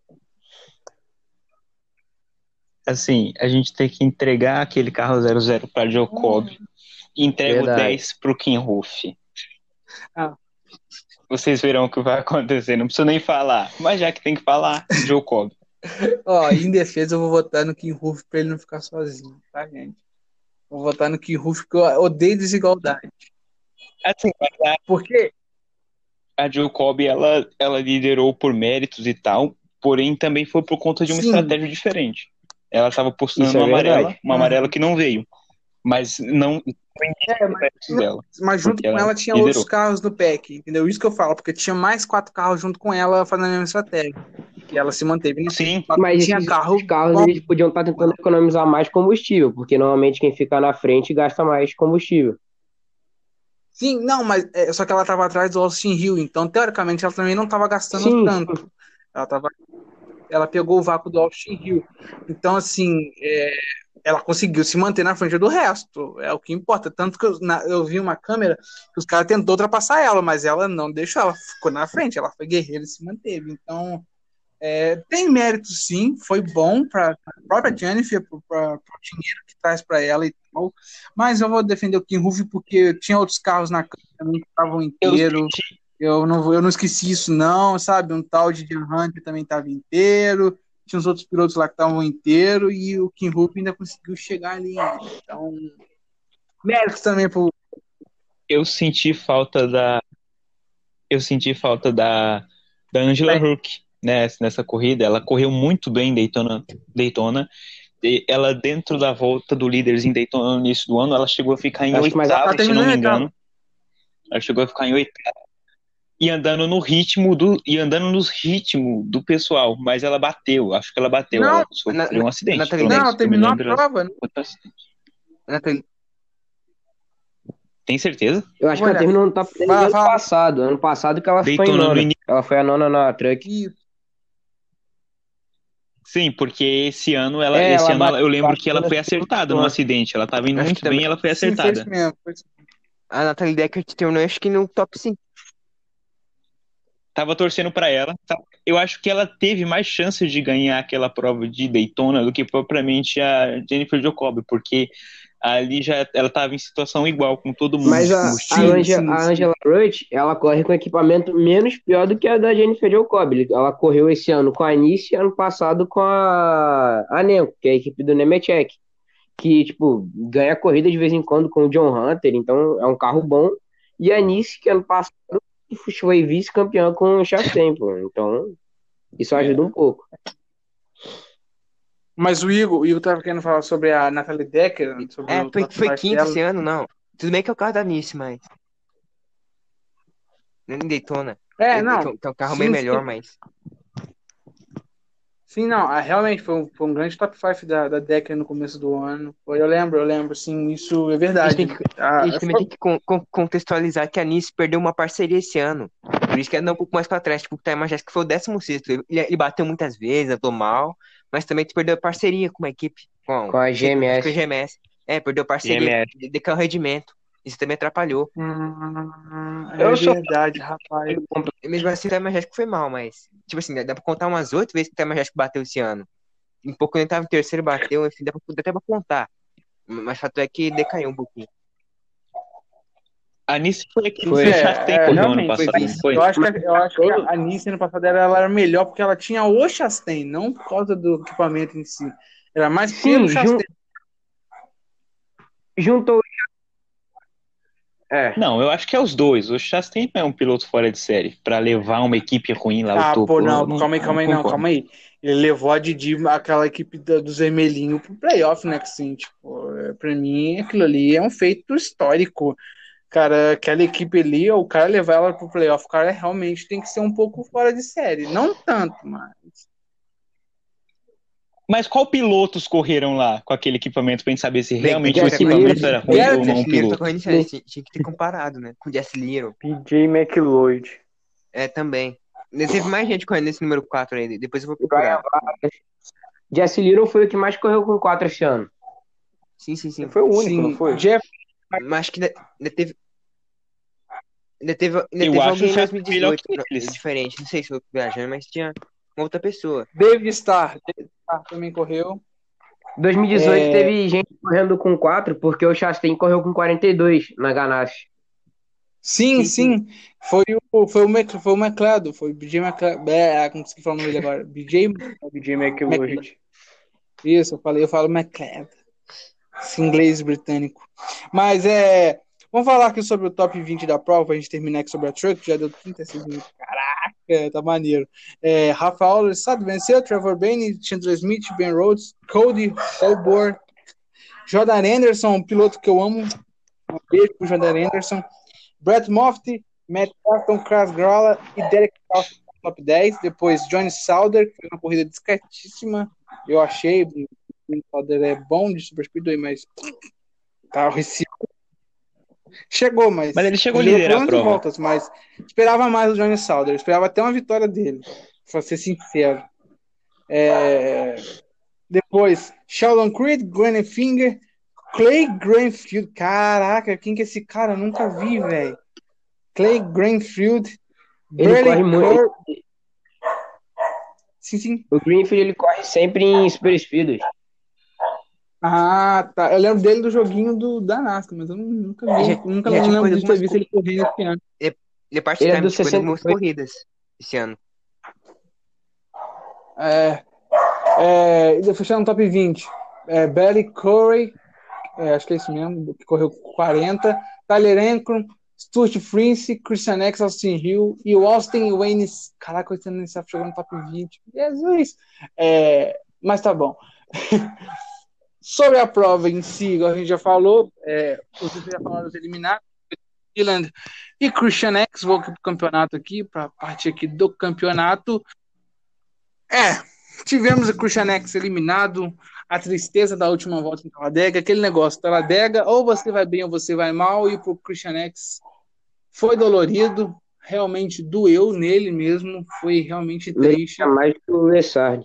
Assim, a gente tem que entregar aquele carro zero zero para Jacob e entrega o Verdade. dez pro Kim Ruff. Ah. Vocês verão o que vai acontecer, não preciso nem falar, mas já que tem que falar, Jacob. Ó, em defesa eu vou votar no Kim Ruff pra ele não ficar sozinho, tá, gente? Vou votar no Kim Ruff porque eu odeio desigualdade. Assim, a, Porque a Jacob, ela, ela liderou por méritos e tal, porém também foi por conta de uma Sim. estratégia diferente. Ela estava postulando Isso é uma amarela, verdade. uma Uhum. amarela que não veio. Mas não É, mas, dela. mas junto Porque com ela ela tinha liderou. outros carros no pack, entendeu? Isso que eu falo, porque tinha mais quatro carros junto com ela fazendo a mesma estratégia. E ela se manteve. Né? Sim, Mas tinha esses carro carros bom. eles podiam estar tentando economizar mais combustível, porque normalmente quem fica na frente gasta mais combustível. Sim, não, mas é, só que ela estava atrás do Austin Hill, então teoricamente ela também não estava gastando Sim, tanto. Ela tava, ela pegou o vácuo do Austin Hill. Então, assim, é, ela conseguiu se manter na frente do resto. É o que importa. Tanto que eu, na- eu vi uma câmera que os caras tentou ultrapassar ela, mas ela não deixou, ela ficou na frente, ela foi guerreira e se manteve. Então, é, tem mérito sim, foi bom para a própria Jennifer, para o dinheiro que traz para ela e tal. Mas eu vou defender o Kim Ruff porque tinha outros carros na câmera também que estavam eu inteiros. senti, Eu não, vou- eu não esqueci isso, não, sabe? Um tal de Jan Hunter também estava inteiro. Tinha os outros pilotos lá que estavam inteiros. E o Kim Rupp ainda conseguiu chegar ali. Então, méritos também pro. eu senti falta da. Eu senti falta da, da Angela Hook, né, nessa corrida. Ela correu muito bem em Daytona, Daytona. E ela, dentro da volta do líderes em Daytona no início do ano, ela chegou a ficar em Acho que mais- oitavo, ela se terminou não me em oitavo. engano. Ela chegou a ficar em oitavo. e andando no ritmo do e andando nos ritmos do pessoal, mas ela bateu, acho que ela bateu, Não, ela sofreu um acidente, Nathalie pelo Deck, menos não, que eu me terminou a lembro. Ela prova. sofreu um acidente. Nathalie, Tem certeza? Eu acho que Olha, ela terminou no top dez do fala, ano fala. passado. Ano passado que ela ficou em Daytona no nona. início. Ela foi a nona na truck. Isso. Sim, porque esse ano ela, É, esse ela ano ela- eu lembro bateu que ela no foi segundo acertada no ano. acidente. Ela tava indo acho que muito bem, também. e ela foi Sim, foi isso acertada. mesmo. Foi isso. A Nathalie Deckert terminou, acho que no top cinco. Tava torcendo pra ela. Tá? Eu acho que ela teve mais chances de ganhar aquela prova de Daytona do que propriamente a Jennifer Jacobi, porque ali já ela tava em situação igual com todo mundo Mas de a, a, combustível. Ange- sim, a sim. Angela Rush, ela corre com equipamento menos pior do que a da Jennifer Jacobi. Ela correu esse ano com a Nice e ano passado com a, a Nenko, que é a equipe do Nemechek, que, tipo, ganha corrida de vez em quando com o John Hunter, então é um carro bom. E a Nice, que ano passado foi vice-campeã com o Chastain, pô. Então, isso ajuda um pouco. Mas o Igor, o Igor tava querendo falar sobre a Natalie Decker, sobre É, o foi, top foi five quinto dela. esse ano, não. Tudo bem que é o carro da Nice, mas. Nem Daytona. É, Ele- não. Que é um- que é um carro Sim, bem sim. melhor, mas. Sim, não, ah, realmente foi um, foi um grande top cinco da, da Decker no começo do ano. Foi, eu lembro, eu lembro, sim, isso é A gente, verdade. tem que, Ah, a gente também tem que con- con- contextualizar que a Nice perdeu uma parceria esse ano. Por isso que ela andou um pouco mais pra trás. Tipo, o Time Majestic foi o décimo sexto. Ele, ele bateu muitas vezes, andou mal, mas também perdeu a parceria com uma equipe. Com, Com a acho que com a G M S. G M S. É, perdeu a parceria, G M S. de, de o rendimento. Isso também atrapalhou. hum, Eu é sou verdade, rapaz. E mesmo assim, o Time Majestic foi mal, mas. Tipo assim, dá pra contar umas oito vezes que o Time Majestic bateu esse ano. Um pouco ele tava em terceiro, bateu, enfim, dá, pra, dá até pra contar. Mas o fato é que decaiu um pouquinho. A Nice foi aquele Foi. que o É, Chastain é, correu ano realmente, foi passado, não vice. foi? Eu acho que, eu acho que a Nice ano passado ela, ela era melhor porque ela tinha o Chastain, não por causa do equipamento em si. Era mais pelo Sim, Chastain. jun- juntou. É. Não, eu acho que é os dois. O Chastain é um piloto fora de série pra levar uma equipe ruim lá ao Ah, topo. pô, não, Eu não, calma aí, calma aí, não não, concordo. calma aí. Ele levou a Didi, aquela equipe da- dos vermelhinhos, pro playoff, né? Que assim, tipo, é, pra mim aquilo ali é um feito histórico. Cara, aquela equipe ali, o cara levar ela pro playoff, o cara realmente tem que ser um pouco fora de série. Não tanto, mas. Mas qual pilotos correram lá com aquele equipamento pra gente saber se Bem, realmente o Jesse equipamento Lewis- era ruim Garrett- ou não um Jesse Little tá piloto? correndo isso aí, tinha, tinha que ter comparado, né? Com o Jesse Little. P J McLeod. É, também. Teve mais gente correndo nesse número quatro aí, depois eu vou Ryan procurar. Vargas. Jesse Little foi o que mais correu com quatro esse ano. Sim, sim, sim. Foi o único, Sim, não foi? Jeff, Mas acho que ainda, ainda teve. Ainda teve, ainda Eu teve acho alguém o em Chastain dois mil e melhor dezoito, que não, eles. diferente. Não sei se eu tô viajando, mas tinha uma outra pessoa. Dave Starr, Dave Starr também correu. dois mil e dezoito É. teve gente correndo com quatro, porque o Chastain correu com quarenta e dois na Ganassi. Sim, Sim, sim. Foi o, foi o, Mc, foi o McLeod, foi o B J McLeod. É, como consegui falar o nome dele agora? B J. P J McLeod. Isso, eu falei, eu falo McLeod. Esse inglês britânico. Mas é. Vamos falar aqui sobre o top vinte da prova, pra gente terminar aqui sobre a Truck, já deu trinta e seis minutos. Caraca, tá maneiro. É, Rafa Alessandro venceu, Trevor Bayne, Chandler Smith, Ben Rhodes, Cody Holborn, Jordan Anderson, um piloto que eu amo. Um beijo pro Jordan Anderson. Brett Moffitt, Matt Carton, Chris Gralla e Derek Kraus no top dez. Depois Johnny Sauder, que foi uma corrida discretíssima. Eu achei. O Sauder é bom de Super Speedway, mas tá o Recife. Chegou, mas. Mas ele chegou a gerou liderar a problemas de prova. voltas, mas esperava mais o Johnny Sauder. Esperava até uma vitória dele, pra ser sincero. É... Depois, Sheldon Creed, Granny Finger, Clay Granfield. Caraca, quem que é esse cara? Eu nunca vi, velho. Clay Granfield. Ele Burley corre muito. Cor- Sim, sim. O Greenfield ele corre sempre em super speeds. Ah, tá. Eu lembro dele do joguinho do, da NASCAR, mas eu nunca vi. Já- nunca já tinha lembro corrido de ter algumas visto ele correndo esse ano. Ele é parte Ele é time, do tipo, ele sessenta algumas corridas esse ano. É, é, e fechando no top vinte. É, Barry Corey, é, acho que é isso mesmo, que correu quarenta. Tyler Ankrum, Stuart Frince, Christian X, Austin Hill e o Austin Wayne. Caraca, o Austin Wayne chegou no top vinte. Jesus! É, mas tá bom. Sobre a prova em si, igual a gente já falou, é, vocês já falaram dos eliminados. Gilland e Christian X. Vou aqui pro campeonato aqui, para partir aqui do campeonato. É, tivemos o Christian X eliminado, a tristeza da última volta em Talladega, aquele negócio, Talladega, ou você vai bem ou você vai mal, e pro Christian X foi dolorido, realmente doeu nele mesmo, foi realmente triste. Merecia mais que o Lessard.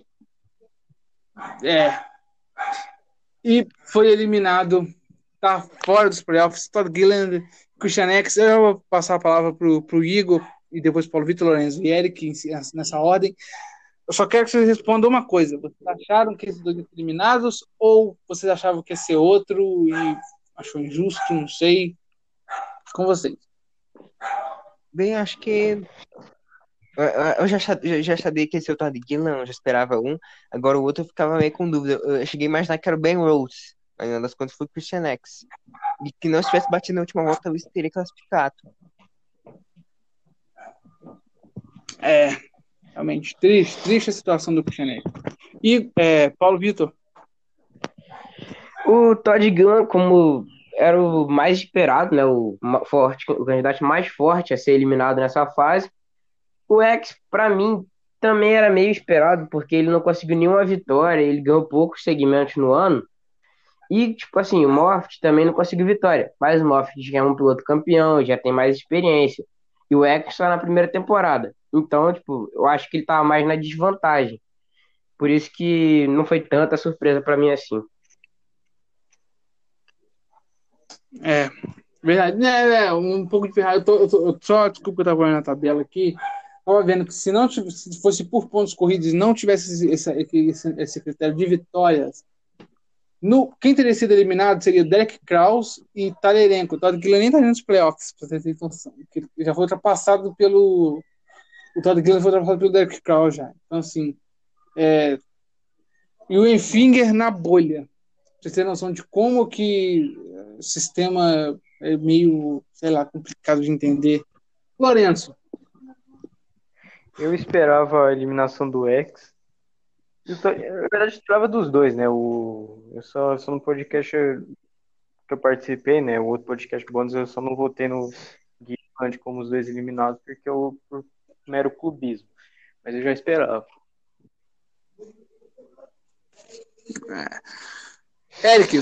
É. E foi eliminado, tá fora dos playoffs, Todd Gilliland, Christian X. Eu vou passar a palavra pro, pro Igor e depois pro Paulo Vitor, Lorenzo e Eric, nessa ordem. Eu só quero que vocês respondam uma coisa. Vocês acharam que esses dois iam ser eliminados ou vocês achavam que ia ser outro e achou injusto? Não sei. Com vocês. Bem, acho que eu, eu já, sa- já já sabia que esse eu Todd Gilliam, eu já esperava um. Agora o outro eu ficava meio com dúvida. Eu cheguei a imaginar que era o Ben Rhodes. Mas no das contas foi o Christian X. E que não se tivesse batido na última volta, talvez teria classificado. É, realmente triste, triste a situação do Christian X. E é, Paulo Vitor. O Todd Gilliam, como era o mais esperado, né, o ma- forte, o candidato mais forte a ser eliminado nessa fase, o X, pra mim, também era meio esperado, porque ele não conseguiu nenhuma vitória, ele ganhou poucos segmentos no ano, e, tipo assim, o Moffitt também não conseguiu vitória, mas o Moffitt já é um piloto campeão, já tem mais experiência, e o X está na primeira temporada, então, tipo, eu acho que ele tava mais na desvantagem, por isso que não foi tanta surpresa pra mim assim. É, verdade. É, é, um pouco de verdade. Eu tô, eu tô- eu só, desculpa que eu tava olhando a tabela aqui. Tava vendo que se não tiv- se fosse por pontos corridos e não tivesse esse, esse, esse- esse critério de vitórias, no, quem teria sido eliminado seria Derek Kraus e Talerenko. O Todd Gilliland nem tá nos playoffs, pra você ter noção. Que ele já foi ultrapassado pelo. O Todd Gilliland foi ultrapassado pelo Derek Kraus já. Então, assim. É, e o Enfinger na bolha. Pra você ter noção de como que o sistema é meio, sei lá, complicado de entender. Lourenço. Eu esperava a eliminação do X. Eu tô- Na verdade, eu esperava dos dois, né? O, eu só, só no podcast que eu participei, né? O outro podcast bônus, eu só não votei no Guilherme como os dois eliminados, porque eu, por mero clubismo. Mas eu já esperava. Eric.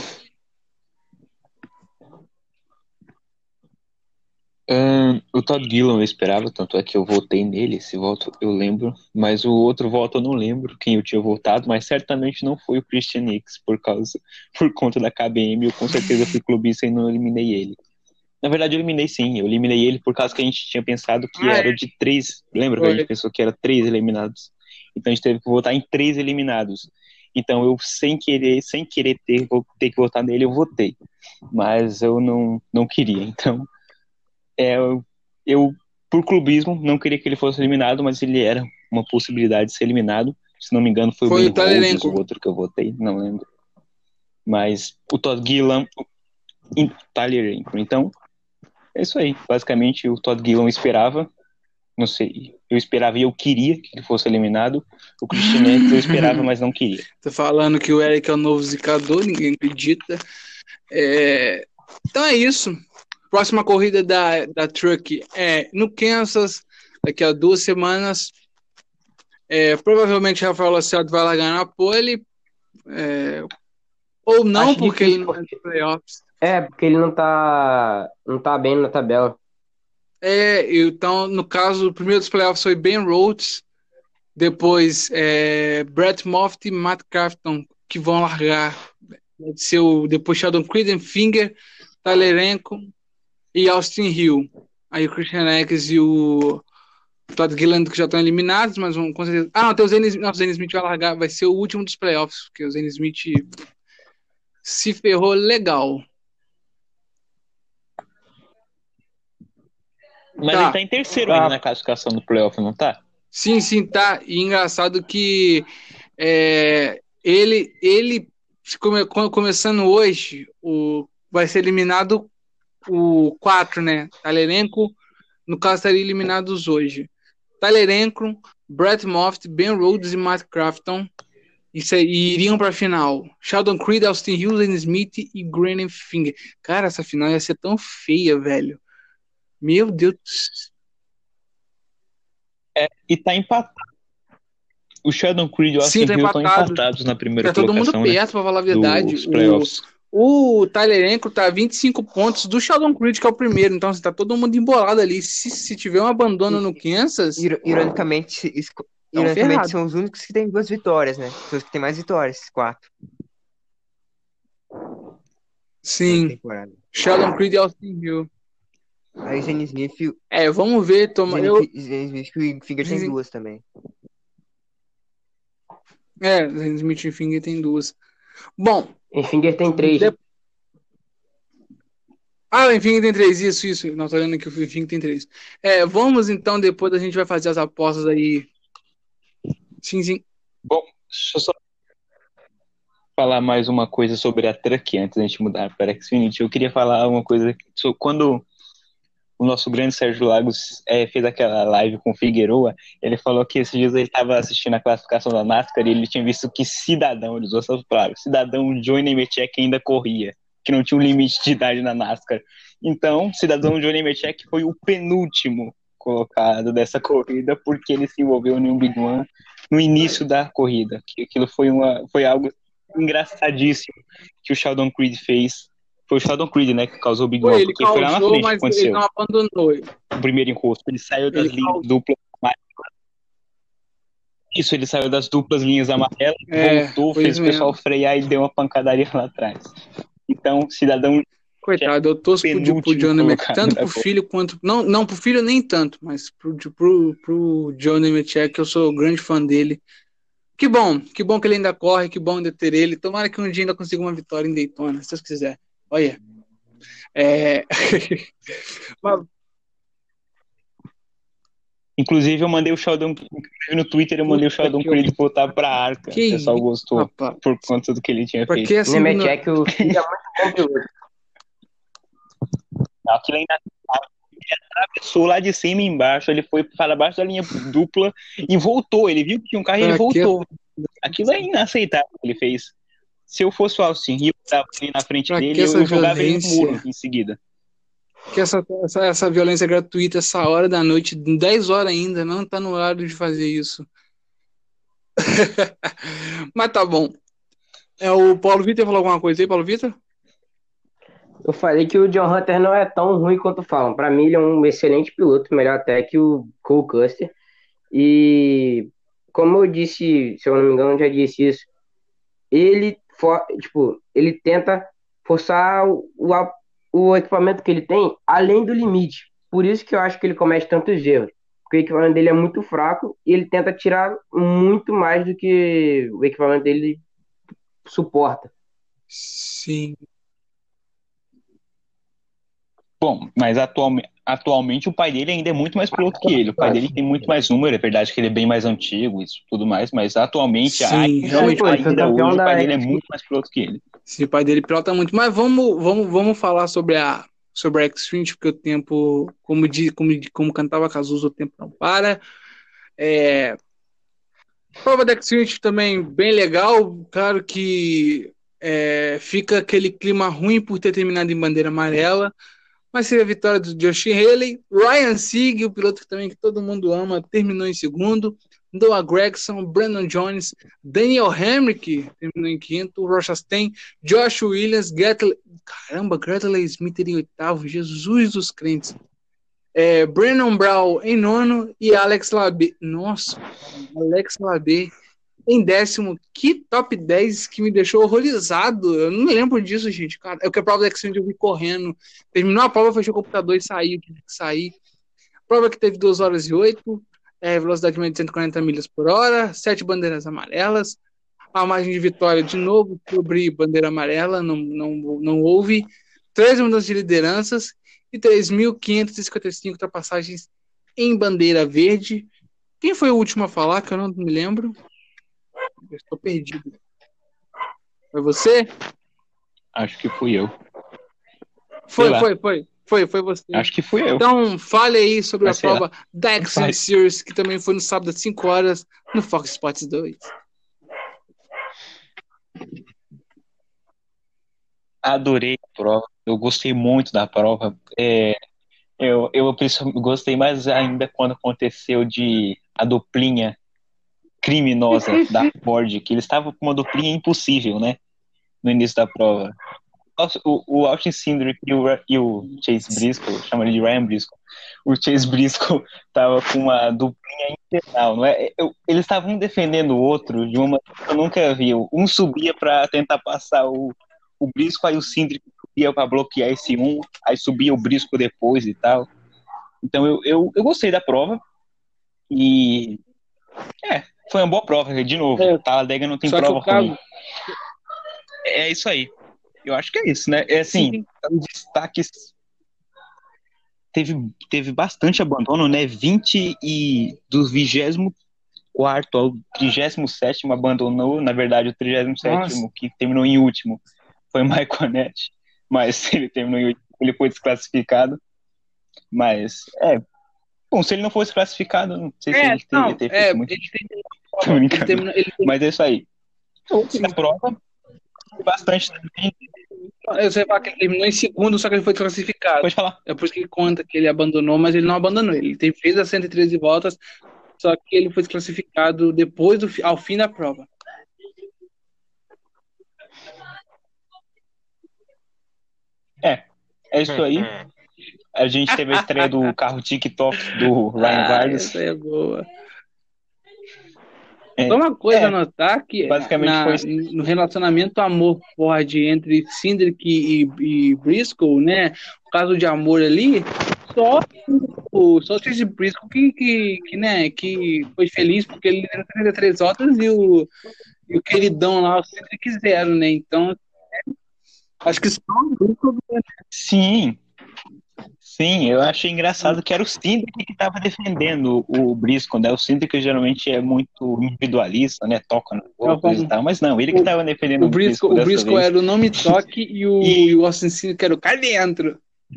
Ahn, o Todd Gilliam eu esperava, tanto é que eu votei nele, esse voto eu lembro, mas o outro voto eu não lembro quem eu tinha votado, mas certamente não foi o Christian X, por causa, por conta da K B M, eu com certeza fui clubista e não eliminei ele. Na verdade eu eliminei sim, eu eliminei ele por causa que a gente tinha pensado que Ah, era é. o de três, lembra que a Foi. gente pensou que era três eliminados? Então a gente teve que votar em três eliminados. Então eu, sem querer, sem querer ter, vou ter que votar nele, eu votei. Mas eu não, não queria, então é, eu, eu, por clubismo, não queria que ele fosse eliminado, mas ele era uma possibilidade de ser eliminado. Se não me engano, foi, Foi o o Ben Rhodes, Talerenko. o outro que eu votei, não lembro. Mas o Todd Gilliam e Talerenko. Então, é isso aí. Basicamente, o Todd Gilliam esperava, não sei, eu esperava e eu queria que ele fosse eliminado. O Christian X eu esperava, mas não queria. Tô falando que o Eric é o novo zicador, ninguém acredita. É, Então é isso. Próxima corrida da, da Truck é no Kansas, daqui a duas semanas. É, provavelmente Rafael Lacerda vai largar na pole. É, ou não, Acho porque difícil, ele não é porque- dos playoffs. É, porque ele não tá, não tá bem na tabela. É, então, no caso, o primeiro dos playoffs foi Ben Rhodes, depois é, Brett Moffitt e Matt Crafton, que vão largar. Deve ser o, depois Sheldon Credenfinger, Talerenko e Austin Hill. Aí o Christian X e o Todd Gilliland que já estão eliminados, mas vão com certeza. Ah, não, tem o Zane, não, o Zane Smith vai largar, vai ser o último dos playoffs, porque o Zane Smith se ferrou legal. Mas Tá. ele tá em terceiro Tá. ainda na classificação do playoff, não tá? Sim, sim, tá. E engraçado que é, ele, ele se come- come- começando hoje, o, vai ser eliminado o quatro, né? Talerenko, no caso, estaria eliminados hoje. Talerenko, Brett Moffitt, Ben Rhodes e Matt Crafton. Isso aí, e iriam para a final. Sheldon Creed, Austin Hill, Zane Smith e Finger. Cara, essa final ia ser tão feia, velho. Meu Deus. É, e tá empatado. O Sheldon Creed e o Sim, Austin tá Hill estão empatado. empatados na primeira Tá todo mundo colocação, né? perto, pra falar a verdade. Dos O, playoffs. o Tyler Anchor tá a vinte e cinco pontos do Sheldon Creed, que é o primeiro. Então, assim, tá todo mundo embolado ali. Se, se tiver um abandono no Kansas, Ir- Ironicamente, esco- Tão ironicamente ferrado. são os únicos que têm duas vitórias, né? São os que têm mais vitórias, quatro na sim, temporada. Sheldon Creed e Austin Hill. Aí o Zane Smith, o É, vamos ver. Toma, Zane eu, Fi- Zane Smith e o Finger tem Sim. duas também. é, Zane Smith e Finger tem duas. Bom, Enfinger tem três. de- ah, o Finger tem três, isso, isso. Não, tô olhando aqui, o Finger tem três. É, vamos então, depois a gente vai fazer as apostas aí. Sim, sim. Bom, deixa eu só falar mais uma coisa sobre a Truck antes da gente mudar para Xfinity. Eu queria falar uma coisa sobre quando o nosso grande Sérgio Lagos é, fez aquela live com o Figueroa, ele falou que esses dias ele estava assistindo a classificação da NASCAR e ele tinha visto que cidadão, ele usou essas palavras, cidadão Johnny Nemechek ainda corria, que não tinha um limite de idade na NASCAR. Então, cidadão Johnny Nemechek foi o penúltimo colocado dessa corrida porque ele se envolveu em um Big One no início da corrida. Que aquilo foi, uma, foi algo engraçadíssimo que o Sheldon Creed fez. Foi o Sheldon Creed, né, que causou o Big Foi, One, ele porque foi lá na causou, frente que mas ele aconteceu. não abandonou. O primeiro encosto, ele saiu das Ele linhas causou. duplas. Isso, ele saiu das duplas linhas amarelas, É, voltou, foi fez isso o pessoal mesmo. frear e deu uma pancadaria lá atrás. Então, cidadão Coitado, eu torço pro, pro penúltimo Johnny Nemechek, colocado tanto da pro corrida. filho quanto... Não, não, pro filho nem tanto, mas pro, pro, pro Johnny Nemechek, que eu sou grande fã dele. Que bom, que bom que ele ainda corre, que bom ainda ter ele. Tomara que um dia ainda consiga uma vitória em Daytona, se Deus quiser. Olha. É... Mas, Inclusive, eu mandei o Sheldon, inclusive no Twitter, eu mandei o puta Sheldon que Creed voltar pra Arca. Que O pessoal isso, gostou rapaz. por conta do que ele tinha Pra feito. que assim... Nemechek, o filho é muito bom piloto. Aquilo ainda atravessou lá de cima e embaixo, ele foi para baixo da linha dupla e voltou. Ele viu que tinha um carro e ele Pra que- voltou. Aquilo é inaceitável que ele fez. Se eu fosse o Austin Hill, eu tava ali na frente Pra que dele, eu essa jogava ele no violência? muro em seguida. Que essa, essa, essa violência gratuita, essa hora da noite, dez horas ainda, não tá no horário de fazer isso. Mas tá bom. É, o Paulo Vitor falou alguma coisa aí, Paulo Vitor? Eu falei que o John Hunter não é tão ruim quanto falam. Para mim, ele é um excelente piloto, melhor até que o Cole Custer. E como eu disse, se eu não me engano, eu já disse isso. Ele, for, tipo, ele tenta forçar o, o, o equipamento que ele tem além do limite. Por isso que eu acho que ele comete tantos erros. Porque o equipamento dele é muito fraco e ele tenta tirar muito mais do que o equipamento dele suporta. Sim. Bom, mas atualmente, atualmente o pai dele ainda é muito mais piloto que ele. O pai dele tem muito mais número, é verdade que ele é bem mais antigo e tudo mais, mas atualmente, Sim, ainda, realmente, Pô, ele foi ainda campeão hoje, o da pai dele é X- muito mais piloto que ele. Sim, o pai dele pilota muito. Mas vamos, vamos, vamos falar sobre a, sobre a Xfinity, porque o tempo, como, diz, como, como cantava Cazuza, o tempo não para. É, prova da Xfinity também bem legal. Claro que é, fica aquele clima ruim por ter terminado em bandeira amarela. Mas seria a vitória do Josh Haley. Ryan Sieg, o piloto que também que todo mundo ama, terminou em segundo. Noah Gragson, Brandon Jones, Daniel Hemrick terminou em quinto. Ross Chastain, Josh Williams, Gatley, caramba, Gatley Smith em oitavo. Jesus dos crentes. É, Brandon Brown em nono e Alex Labé. Nossa, Alex Labé em décimo. Que top dez que me deixou horrorizado. Eu não me lembro disso, gente. Cara, é o que a prova da Xfinity eu vi correndo. Terminou a prova, fechou o computador e saiu. Tive que sair. Prova que teve duas horas e oito. É, velocidade média de cento e quarenta milhas por hora. Sete bandeiras amarelas. A margem de vitória, de novo, sobre bandeira amarela. Não, não, não houve. treze mudanças de lideranças. E três mil quinhentas e cinquenta e cinco ultrapassagens em bandeira verde. Quem foi o último a falar, que eu não me lembro? Eu estou perdido. Foi você? Acho que fui eu. Foi, lá. foi, foi. Foi, foi você. Acho que fui eu. Então, fale aí sobre Mas a sei lá. prova da Xfinity Vai. Series, que também foi no sábado às cinco horas, no Fox Sports dois. Adorei a prova. Eu gostei muito da prova. É, Eu, eu princi- gostei mais ainda quando aconteceu de a duplinha criminosa da Ford, que eles estavam com uma duplinha impossível, né? No início da prova. O, o Austin Cindric e o, Ra- e o Chase Briscoe, chama ele de Ryan Briscoe, o Chase Briscoe tava com uma duplinha infernal, não é? Eu- eles estavam um defendendo o outro de uma que eu nunca vi. Um subia para tentar passar o, o Briscoe, aí o Cindric subia para bloquear esse um, aí subia o Briscoe depois e tal. Então eu, eu, eu gostei da prova e é, foi uma boa prova, de novo. É, Talladega não tem só que prova o carro, ruim. É isso aí. Eu acho que é isso, né? É assim, sim, os destaques teve, teve bastante abandono, né? vinte e do vigésimo quarto ao trigésimo sétimo abandonou, na verdade, o trigésimo nossa, sétimo que terminou em último foi o Michael Annett, mas ele terminou em último, ele foi desclassificado. Mas, é, bom, se ele não fosse classificado, não sei se é, ele teria não, ter é, feito ele muito. terminou, Tô ele brincando. terminou, ele terminou, Mas é isso aí. A sim, última prova, bastante também. eu sei falar que ele terminou em segundo, só que ele foi desclassificado. Pode falar. É por isso que conta que ele abandonou, mas ele não abandonou. Ele teve- fez as cento e treze voltas, só que ele foi desclassificado depois do, fi- ao fim da prova. É, é isso aí. A gente teve a estreia do carro TikTok do Ryan Ah, Vargas. essa é boa. É, Só uma coisa a é, notar que basicamente foi na, isso. no relacionamento amor Ford entre Cindric e, e Briscoe, né? O caso de amor ali, só o só o Chase Briscoe que, que, que, né, que foi feliz porque ele liderou trinta e três votos e o, e o queridão lá, o Cindric zero, né? Então, acho que só o Briscoe, Sim, sim, eu achei engraçado que era o Cindric que estava defendendo o Briscoe, né? O Cindric geralmente é muito individualista, né? Toca nas outras e tal, mas não, ele que o, estava defendendo o o Briscoe, Briscoe o dessa Briscoe vez. era o não me toque e o, e E, o Austin Cindric era o cá dentro.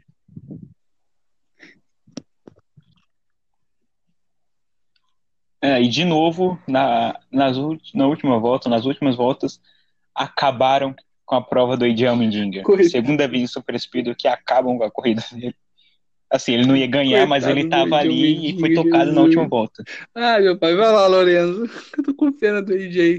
é, e de novo, na, nas, ult- na última volta, nas últimas voltas, acabaram com a prova do Adrian Allmendinger. Coitado, Segunda vez no Super Speed que acabam com a corrida dele. Assim, ele não ia ganhar, mas ele coitado do estava A J ali e foi Allmendinger, tocado na última Jesus. volta. Ai, meu pai, vai lá, Lorenzo. Eu tô com pena do A J.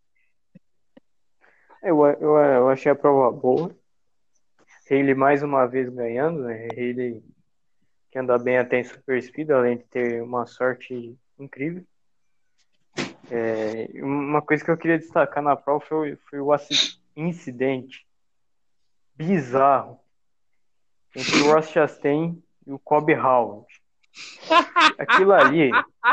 Eu, eu, eu achei a prova boa. Ele mais uma vez ganhando, né? Ele que anda bem até em Super Speed, além de ter uma sorte incrível. É, uma coisa que eu queria destacar na prova foi, foi o aci- incidente bizarro entre o Ross Chastain e o Kobe Howard. Aquilo ali,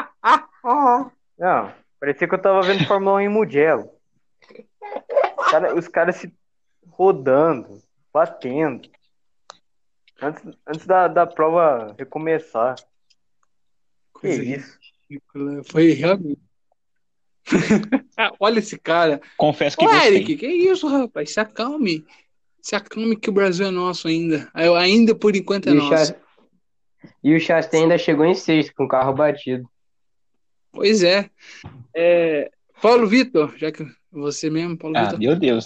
não, parecia que eu tava vendo Fórmula um em Mugello. Os cara- os caras se rodando, batendo, antes, antes da, da prova recomeçar. Que Coisa isso? ridícula. Foi realmente. Ah, olha esse cara. Confesso Ô, que gostei. Eric, que isso, rapaz? Se acalme. Se acalme que o Brasil é nosso ainda. Eu- Ainda por enquanto é E o, nosso. Chas... e o Chastain ainda chegou em sexto com o carro batido. Pois é. É, Paulo Vitor, já que você mesmo, Paulo Ah, Vitor. meu Deus.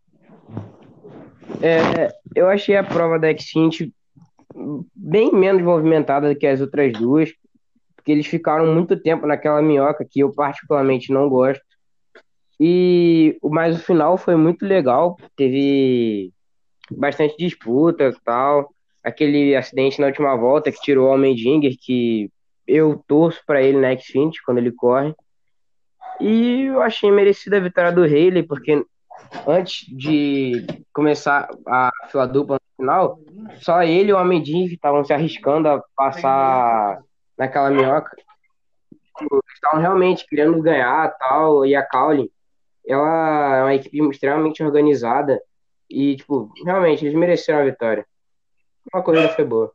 É, eu achei a prova da Xfinity bem menos movimentada do que as outras duas, porque eles ficaram muito tempo naquela minhoca que eu particularmente não gosto. E mas o final foi muito legal, teve bastante disputa, e tal. Aquele acidente na última volta que tirou o Allmendinger, que eu torço para ele na Xfinity quando ele corre. E eu achei merecida a vitória do Haley, porque antes de começar a fila dupla no final, só ele e o Allmendinger estavam se arriscando a passar naquela minhoca. Eles estavam realmente querendo ganhar, tal, e a Cowley, ela é uma equipe extremamente organizada e, tipo, realmente eles mereceram a vitória. A corrida foi boa.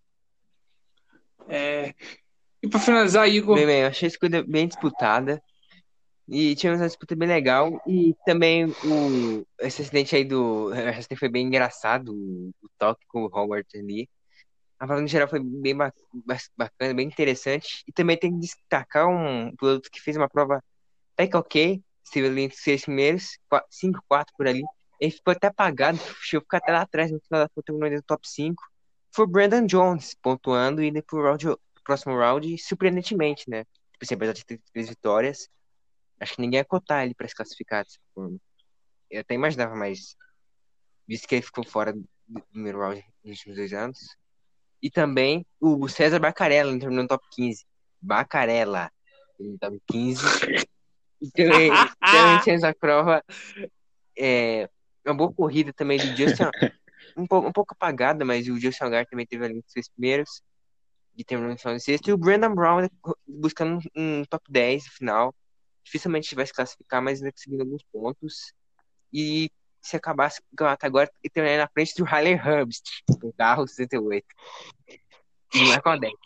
É, e para finalizar, Igor, Bem, bem, eu achei a corrida bem disputada. E tivemos uma disputa bem legal. E também o, esse acidente aí do. Esse acidente foi bem engraçado, o, o toque com o Howard ali. A prova no geral foi bem ba- ba- bacana, bem interessante. E também tem que destacar um piloto que fez uma prova até que ok. Esteve ali entre os seis primeiros, cinco quatro por ali. Ele ficou até apagado, chegou a ficar até lá atrás, no final da conta terminou no top cinco. foi o Brandon Jones pontuando e indo pro, round, pro próximo round, surpreendentemente, né? Tipo assim, apesar de ter três vitórias, acho que ninguém ia cotar ele pra se classificar dessa forma. Eu até imaginava, mas visto que ele ficou fora do primeiro round nos últimos dois anos. E também o César Bacarella ele terminou no top quinze. Bacarella, ele no top quinze. E também, também tinha essa prova. É, uma boa corrida também do Justin, um, pouco, um pouco apagada, mas o Justin Allgaier também teve ali os seis primeiros. E terminou no sexto. E o Brandon Brown buscando um, um top dez no final. Dificilmente vai se classificar, mas ainda conseguindo alguns pontos. E se acabasse o campeonato agora, ele terminaria na frente do Riley Herbst, com o carro sessenta e oito. E marca uma dez.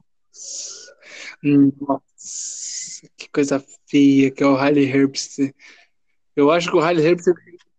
Nossa, que coisa feia que é o Riley Herbst. Eu acho que o Riley Herbst...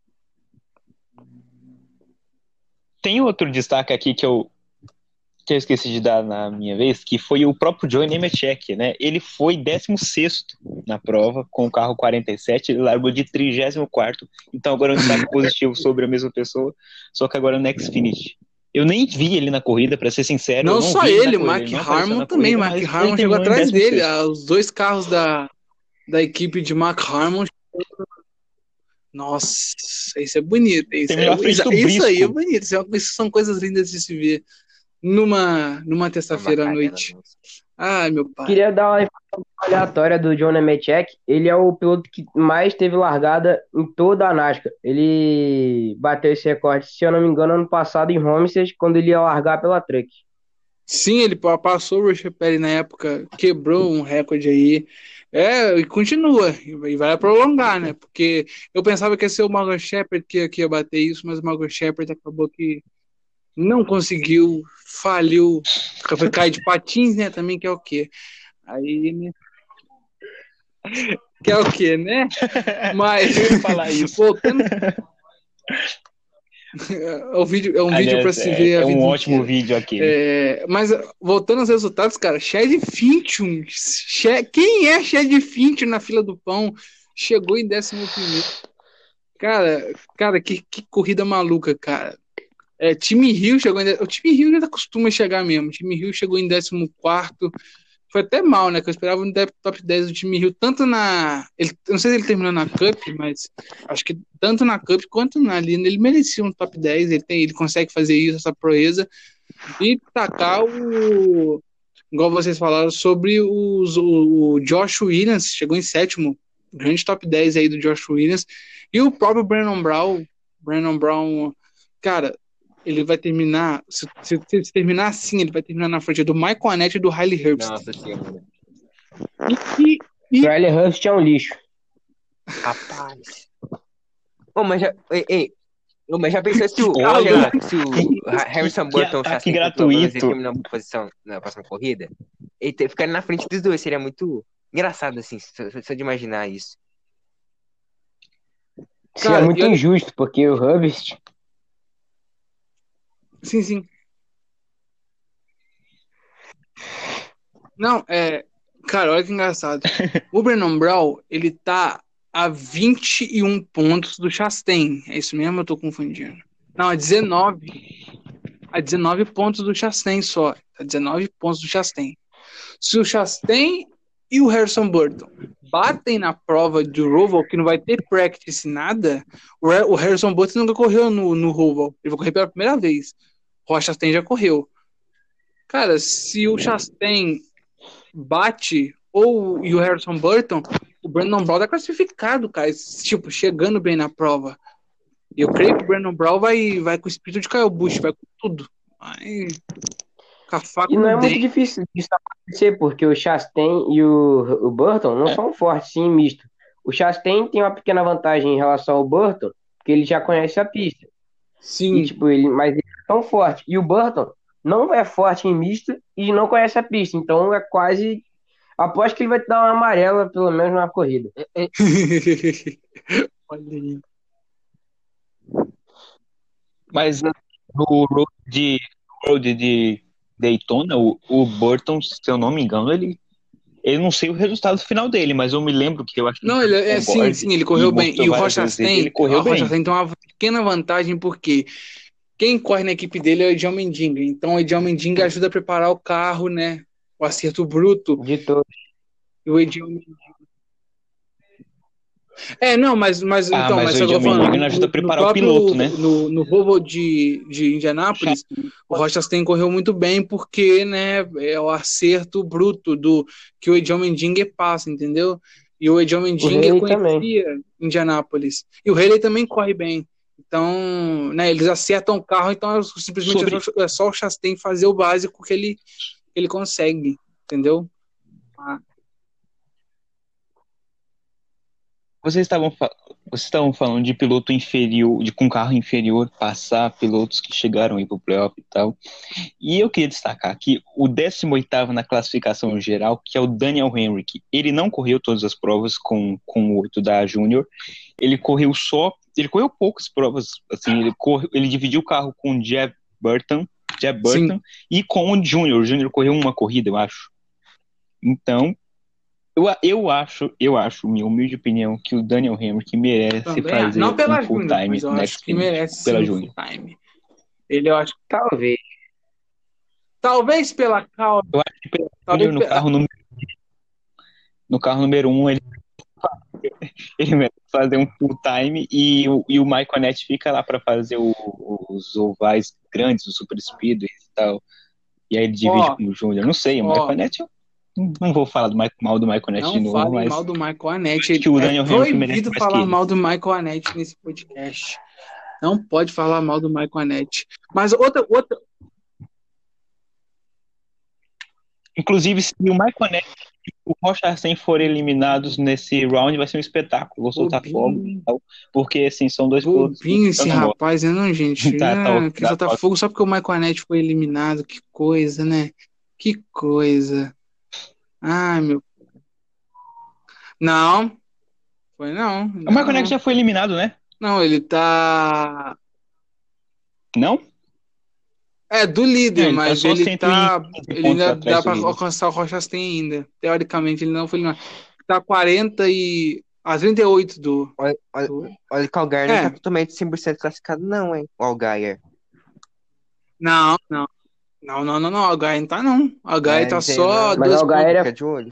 Tem outro destaque aqui que eu, que eu esqueci de dar na minha vez, que foi o próprio Joey Nemechek, né? Ele foi décimo sexto na prova, com o carro quarenta e sete, ele largou de trigésimo quarto, então agora é um destaque positivo sobre a mesma pessoa, só que agora no Xfinity. Eu nem vi ele na corrida, pra ser sincero. Não, eu não só vi ele, o Mark Harmon também. corrida, Mark Harmon chegou atrás dele. Os dois carros da, da equipe de Mark Harmon. Nossa, isso é bonito. Isso, é, isso, isso aí é bonito. Isso, é, isso são coisas lindas de se ver numa, numa terça-feira à noite. Ai, meu pai. Queria dar uma informação aleatória do John Nemechek. Ele é o piloto que mais teve largada em toda a NASCAR. Ele bateu esse recorde, se eu não me engano, ano passado em Homestead, quando ele ia largar pela Truck. Sim, ele passou o Rocher Perry na época, quebrou um recorde aí. É, e continua, e vai prolongar, né? Porque eu pensava que ia ser o Margot Shepard que, que ia bater isso, mas o Margot Shepard acabou que não conseguiu, faliu, foi cair de patins, né? Também, que é o quê? Aí, né? Que é o quê, né? Mas, eu ia falar isso. Voltando... É um vídeo, é um Aliás, vídeo para se é, ver. É a um vida ótimo inteira. vídeo aqui. É, mas voltando aos resultados, cara, Chad Finchum, quem é Chad Finchum na fila do pão? Chegou em décimo primeiro. Cara, cara, que, que corrida maluca, cara. É, Timmy Hill chegou em, o Timmy Hill já costuma chegar mesmo. Timmy Hill chegou em décimo quarto. Foi até mal, né? Que eu esperava um top dez do Timmy Hill, tanto na. Ele, não sei se ele terminou na Cup, mas acho que tanto na Cup quanto na Lina, ele merecia um top dez. Ele, tem, ele consegue fazer isso, essa proeza. E tacar o. Igual vocês falaram sobre os, o, o Josh Williams, chegou em sétimo. Grande top dez aí do Josh Williams. E o próprio Brandon Brown. Brandon Brown, cara. Ele vai terminar, se, se, se terminar assim, ele vai terminar na frente do Michael Annett e do Riley Herbst. Nossa senhora. E, e... O Riley Herbst é um lixo. Rapaz. Ô, mas já, ei, ei, ô, mas já pensou se o, já, se o Harrison Burton que gratuito ele terminar uma posição na próxima corrida? Ele ter, ficar na frente dos dois seria muito engraçado, assim, só, só de imaginar isso. Seria Cara, muito eu... injusto, porque o Herbst... Sim, sim. Não, é... Cara, olha que engraçado. O Brandon Brown, ele tá a vinte e um pontos do Chastain. É isso mesmo? Eu tô confundindo. Não, a dezenove. A dezenove pontos do Chastain só. A dezenove pontos do Chastain. Se o Chastain e o Harrison Burton batem na prova do Roval, que não vai ter practice nada, o Harrison Burton nunca correu no, no Roval. Ele vai correr pela primeira vez. O Chastain já correu. Cara, se o Chastain bate ou e o Harrison Burton, o Brandon Brown tá classificado, cara. Tipo, chegando bem na prova. E eu creio que o Brandon Brown vai, vai com o espírito de Kyle Busch, vai com tudo. Vai com a faca e não é dente. muito difícil disso acontecer, porque o Chastain e o, o Burton não são fortes, sim, misto. O Chastain tem uma pequena vantagem em relação ao Burton, porque ele já conhece a pista. Sim. E, tipo, ele, mas ele é tão forte. E o Burton não é forte em misto e não conhece a pista. Então é quase... Aposto que ele vai te dar uma amarela, pelo menos, na corrida. Olha aí. Mas no road de, road de Daytona, o, o Burton, se eu não me engano, ele... Eu não sei o resultado final dele, mas eu me lembro que eu acho que... Não, ele é, sim, sim, ele correu bem. E o Rochastain, ele correu o bem. Rochastain tem uma pequena vantagem, porque quem corre na equipe dele é o Ediel Mendinga. Então o Ediel Mendinga ajuda a preparar o carro, né? O acerto bruto. De todos. E o Ediel É, não, mas, mas Ah, então, mas mas o só que eu Ediel tô falando, Mendinga no, ajuda a no preparar o próprio, piloto, né? no, no Volvo de, de Indianápolis, o Rochastain correu muito bem porque, né, é o acerto bruto do que o Ediel Mendinga passa, entendeu? E o Ediel O Mendinga Haley também. conhecia Indianápolis. E o Haley também corre bem. Então, né, eles acertam o carro, então é simplesmente Sobre- é, só, é só o Chastain fazer o básico que ele, ele consegue, entendeu? Ah, Vocês estavam, fa- vocês estavam falando de piloto inferior, de com carro inferior passar pilotos que chegaram aí pro playoff e tal. E eu queria destacar aqui o décimo oitavo na classificação geral, que é o Daniel Hemrick. Ele não correu todas as provas com, com o oito da Júnior. Ele correu só, ele correu poucas provas, assim, ele, corre, ele dividiu o carro com o Jeb Burton, Jeb Burton sim. e com o Júnior. O Júnior correu uma corrida, eu acho. Então, eu, eu acho, eu acho, minha humilde opinião, que o Daniel Hemrick merece Também, ah, fazer não pela um full Júnior, time mas eu next acho que finish, merece sim pela um Júnior. full time. Ele, eu acho, Talvez. talvez pela Cal, Eu acho que pela talvez Júnior, no pela, carro número, no carro número um, ele, ele merece fazer um full time e, o- e o Michael Annett fica lá para fazer o- os ovais grandes, os super speedways e tal. E aí ele divide ó, com o Júnior. Não sei, o Michael ó, Annett, eu não não vou falar do Michael- mal do Michael Annett de não novo, falem mas mal do Michael acho Annett. que o É Daniel Hemrick merece proibido mais que falar ele. mal do Michael Annett nesse podcast. Não pode falar mal do Michael Annett. Mas outra, outra, Inclusive, se o Michael Annett e o Rochastain forem eliminados nesse round, vai ser um espetáculo. Vou soltar fogo e bobinho, tal, porque assim, são dois pilotos que bobinho eu esse não gosto. rapaz, né, não, gente? Tá, tá, Ah, que tá, soltar tá. fogo só porque o Michael Annett foi eliminado. Que coisa, né? Que coisa. Ai, meu. Não, foi não, O ainda Michael Annett não. já foi eliminado, né? Não, ele tá. Não? É, do É, líder, ele tá mas só ele cento e tá. quinze Ele pontos ainda atrás dá do pra líder. alcançar o Rochastain ainda. Teoricamente, ele não foi eliminado. Tá quarenta e. A trinta e oito do. Olha, olha, do... olha que o Algar não tá É, totalmente cem por cento classificado, não, hein? O Algar. não, não. Não, não, não, não. O H não tá, não. O H tá É, tem só não. Mas dois pontos. Algair Fica é, de olho.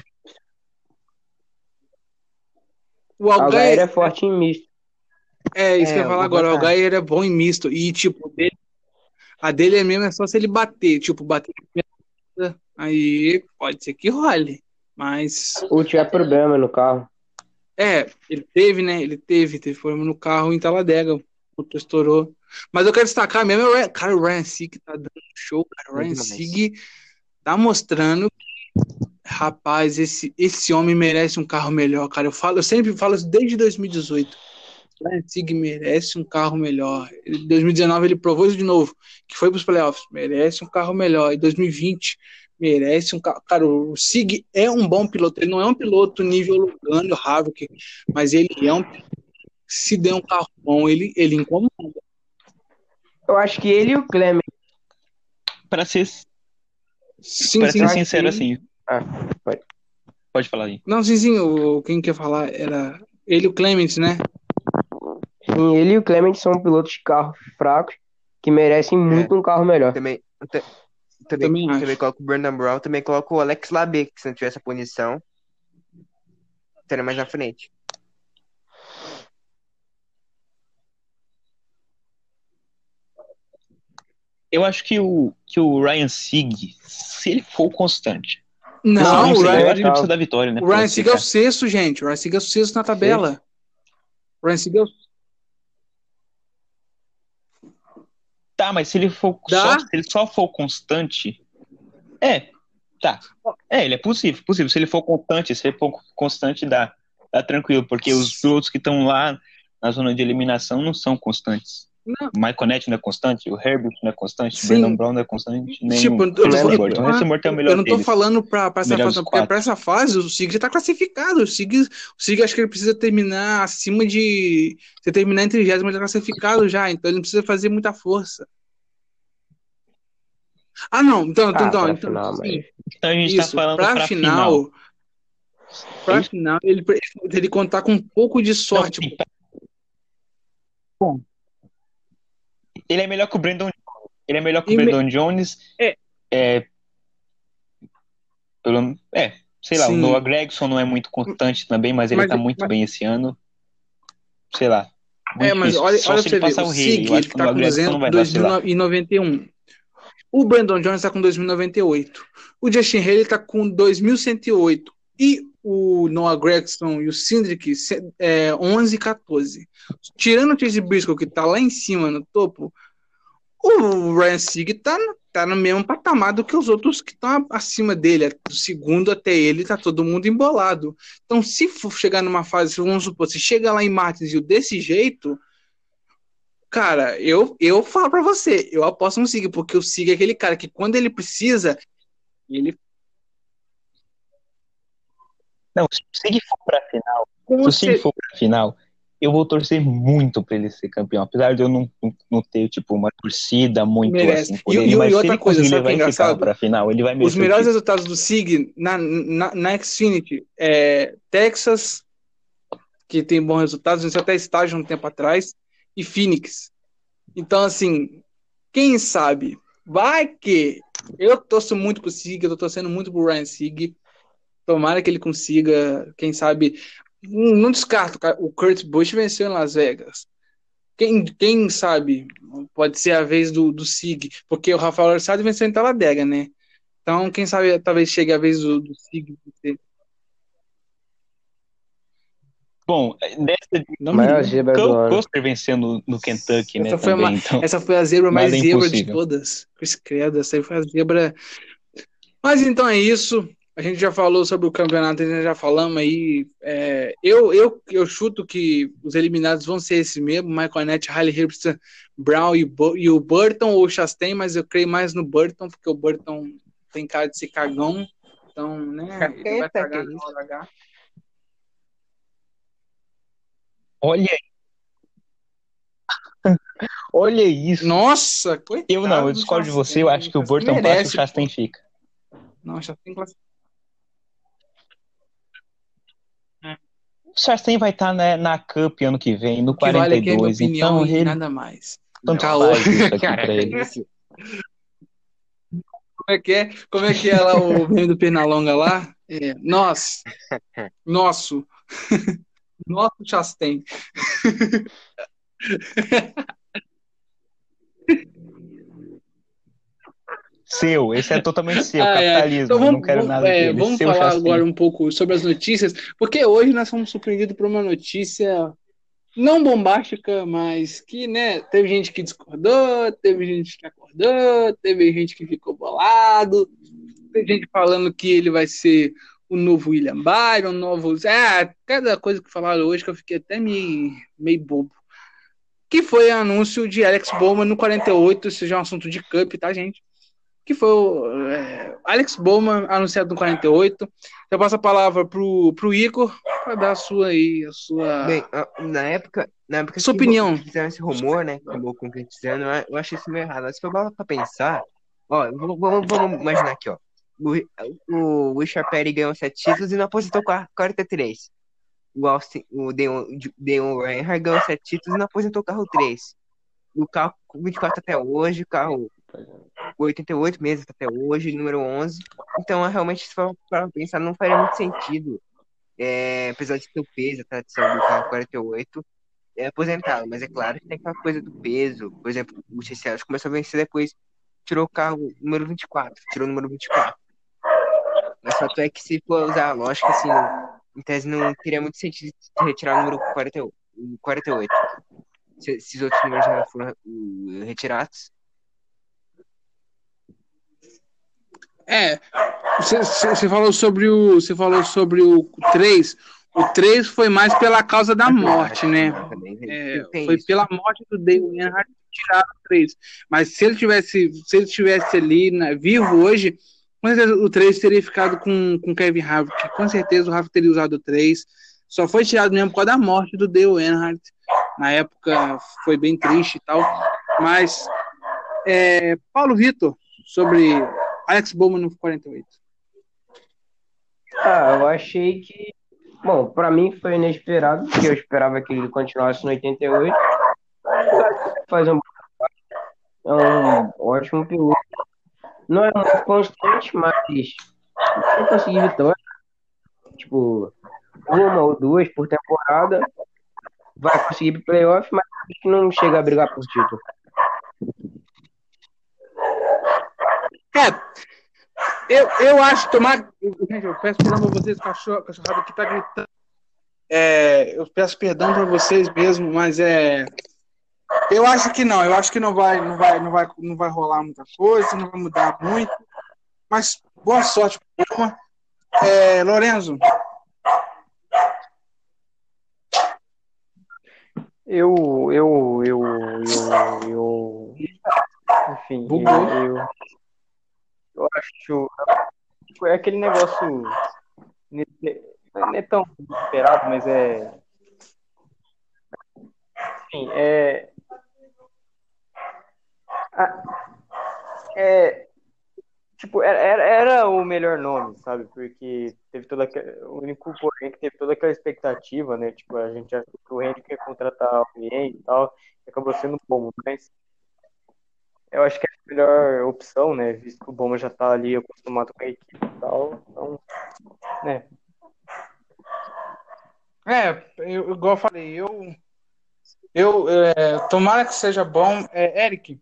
O Algar Algair é, é forte em misto. é isso que eu É, ia falar uma agora. O Algar vantagem. ele é bom em misto. E, tipo, dele- a dele é mesmo é só se ele bater. Tipo, bater. Aí pode ser que role. Mas. Ou tiver problema no carro. É, ele teve, né? Ele teve, teve problema no carro em Talladega. O motor estourou. Mas eu quero destacar mesmo, é o Ryan, cara, o Ryan Sieg tá dando show, cara. O Bom Ryan demais. Sieg tá mostrando que, rapaz, esse, esse homem merece um carro melhor, cara. Eu falo, eu sempre falo isso desde dois mil e dezoito. O Ryan Sieg merece um carro melhor. Em dois mil e dezenove ele provou isso de novo, que foi pros playoffs. Merece um carro melhor. Em dois mil e vinte merece um carro. Cara, o Sieg é um bom piloto. Ele não é um piloto nível Logano, Harvick, mas ele é um piloto que, se der um carro bom, ele, ele incomoda. Eu acho que ele e o Clement. Para ser, Sim, para sim. ser Eu acho sincero, que ele- assim, Ah, pode. pode falar aí. Não, sim, sim. O, quem quer falar era ele e o Clemens, né? Sim, ele e o Clement são pilotos de carro fracos que merecem muito um carro melhor. Também, eu ta- Eu também, também acho. também coloco o Brandon Brown, também coloco o Alex Labé, que se não tivesse a punição, estaria mais na frente. Eu acho que o, que o Ryan Sieg, se ele for constante, Não, Não, não o sei, eu Ryan, acho que ele precisa da vitória, né? o pra Ryan Sieg é o classificar. sexto, gente. O Ryan Sieg é o sexto na tabela. O Ryan Sieg é o... Tá, mas se ele for Dá? só, se ele só for constante, é, tá. É, ele é possível, possível. Se ele for constante, se ele for constante, dá, dá tranquilo, porque os pilotos que estão lá na zona de eliminação não são constantes. Não. O Michael Annett não é constante, o Herbert não é constante, o Sim. Brandon Brown não é constante, nem Tipo, o eu tô Harrison falando- Burton. O Harrison Burton é o melhor eu não tô deles. falando pra, pra essa Melhor fase, dos não, porque quatro. pra essa fase o Sig já tá classificado. O Sig, o Sig acho que ele precisa terminar acima de. Se terminar em trigésimo, ele tá classificado já, então ele não precisa fazer muita força. Ah, não, então, então, Ah, então, pra então, final, sim, Então a gente isso, tá falando pra, pra final, final. pra É isso? final, ele, ele contar com um pouco de sorte. Não, sim, ele é melhor que o Brandon Ele é melhor que o E me- Brandon Jones. É. É, pelo, é, sei lá, o Noah Sim, Gregson não é muito constante também, mas ele mas, tá muito mas- bem esse ano. Sei lá, é, muito mas difícil. olha, Só olha se pra ele você ver, passar o o Haley. Sig, Eu acho ele que o tá Noah com Gregson não vai vacilar. dois mil e noventa e um. O Brandon Jones tá com dois mil e noventa e oito. O Justin Haley tá com dois mil cento e oito. E o Noah Gregson e o Cindric é onze e quatorze. Tirando o Chase Briscoe, que tá lá em cima no topo, o Ryan Sig tá, tá no mesmo patamar do que os outros que estão acima dele. Do segundo até ele, tá todo mundo embolado. Então, se for chegar numa fase, vamos supor, se chega lá em Martinsville desse jeito, cara, eu, eu falo pra você, eu aposto no Sig, porque o Sig é aquele cara que quando ele precisa, ele Não, se o Sig for pra final, se com o Sig cer- for pra final, eu vou torcer muito pra ele ser campeão. Apesar de eu não, não, não ter, tipo, uma torcida muito merece. assim E, por e, ele, e mas se outra ele coisa, conseguir sabe o que levar é esse carro engraçado? pra final, ele vai Os merecer o melhores título. resultados do Sig na, na, na Xfinity é Texas, que tem bons resultados, venceu até estágio um tempo atrás, e Phoenix. Então, assim, quem sabe? Vai que eu torço muito pro Sig, eu tô torcendo muito pro Ryan Sig. Tomara que ele consiga, quem sabe. Não descarto, cara, o Kurt Busch venceu em Las Vegas. Quem, quem sabe pode ser a vez do, do Sig, porque o Rafael Orsado venceu em Talladega, né? Então, quem sabe talvez chegue a vez do, do Sig. Bom, dessa de Não me Maior lembro. zebra do Cole ano. Custer vencendo no Kentucky, né, Essa foi, uma, também, então essa foi a zebra mais nada é zebra de impossível. todas. Cruz credo, essa aí foi a zebra. Mas então é isso. A gente já falou sobre o campeonato, a gente já falamos aí. É, eu, eu, eu chuto que os eliminados vão ser esse mesmo: Michael Annett, Riley Herbst, Brown e, e o Burton ou o Chastain, mas eu creio mais no Burton, porque o Burton tem cara de ser cagão. Então, né, ele vai Eita, que cagar na isso? hora H. Olha, olha isso. Nossa, coitado. Eu não, eu do discordo de Chastain. você, eu acho que o Chastain Burton passa e o merece, Chastain pô. fica. Não, o Chastain classifica. O Chastain vai estar na, na Cup ano que vem, no O que vale aqui é minha quarenta e dois, opinião então e ele nada mais. tanto Caô. faz isso aqui Caraca, pra ele. isso. Como é que é? Como é que é lá o meme do Pernalonga lá? É, nós, nosso, nosso Chastain. Seu, esse é totalmente seu, Ah, é. capitalismo, Então eu vamos, não quero vamos, nada é, dele, vamos seu falar Chastain. agora um pouco sobre as notícias, porque hoje nós fomos surpreendidos por uma notícia não bombástica, mas que, né, teve gente que discordou, teve gente que acordou, teve gente que ficou bolado, teve gente falando que ele vai ser o novo William Byron, o novo... Ah, cada coisa que falaram hoje que eu fiquei até meio, meio bobo. Que foi o anúncio de Alex Bowman no quarenta e oito, isso já é um assunto de Cup, tá, gente? Que foi o é, Alex Bowman anunciado no quarenta e oito. Eu passo a palavra pro, pro Igor para dar a sua aí, a sua, Bem, a- na época, na época sua que opinião. fizeram esse rumor, né? que Acabou concretizando, eu eu achei isso meio errado. Mas se for pra pra pensar, ó, vamos, vamos, vamos imaginar aqui, ó. O, o Richard Petty ganhou sete títulos e não aposentou com a quarenta e três. O Austin, o Dale Dale Earnhardt ganhou sete títulos e não aposentou o carro três. O carro com vinte e quatro até hoje, o carro com oitenta e oito meses até hoje, número onze. Então, é, realmente, se for para pensar, não faria muito sentido. É, apesar de ter o peso, a tradição do carro quarenta e oito, é aposentado. Mas é claro que tem aquela coisa do peso. Por exemplo, o Chase Elliott começou a vencer depois, tirou o carro número vinte e quatro. Tirou o número vinte e quatro. Mas o fato é que se for usar a lógica, assim, não- em tese não teria muito sentido de retirar o número quarenta e oito. o quarenta e oito. Se esses outros números já foram uh, retirados. É, você, você falou sobre o, você falou sobre o três. O três foi mais pela causa da morte, né? Também É, tem foi isso. pela morte do Dale Earnhardt que tiraram o três. Mas se ele tivesse, se ele tivesse ali, né, vivo hoje, com certeza o três teria ficado com com Kevin Harvick. Com certeza o Harvick teria usado o três. Só foi tirado mesmo por causa da morte do Dale Earnhardt. Na época foi bem triste e tal. Mas é, Paulo Vitor, sobre Alex Bowman no quarenta e oito. Ah, eu achei que. Bom, pra mim foi inesperado, porque eu esperava que ele continuasse no oitenta e oito. Fazer um... É um ótimo piloto. Não é muito constante, mas vai conseguir vitória, tipo, uma ou duas por temporada. Vai conseguir pro playoff, mas acho que não chega a brigar por título. É, eu, eu acho, tomar. Gente, eu peço perdão pra vocês, o cachorro, cachorrado aqui tá gritando. É, eu peço perdão pra vocês mesmo, mas é. Eu acho que não, eu acho que não vai, não vai, não vai, não vai rolar muita coisa, não vai mudar muito. Mas boa sorte pro Puma. É, Lorenzo, Eu, eu, eu, eu, eu, enfim, bugou. eu, eu acho, é aquele negócio, não é tão esperado, mas é, enfim, é, é, tipo, era, era era o melhor nome, sabe? Porque teve toda aquela, o único porém que teve toda aquela expectativa, né? Tipo, a gente achou que o Henrique ia contratar alguém e tal, e acabou sendo bom, mas eu acho que é a melhor opção, né? Visto que o Boma já tá ali acostumado com a equipe e tal, então, né? É, eu, igual eu falei, eu, eu é, tomara que seja bom. É, Eric,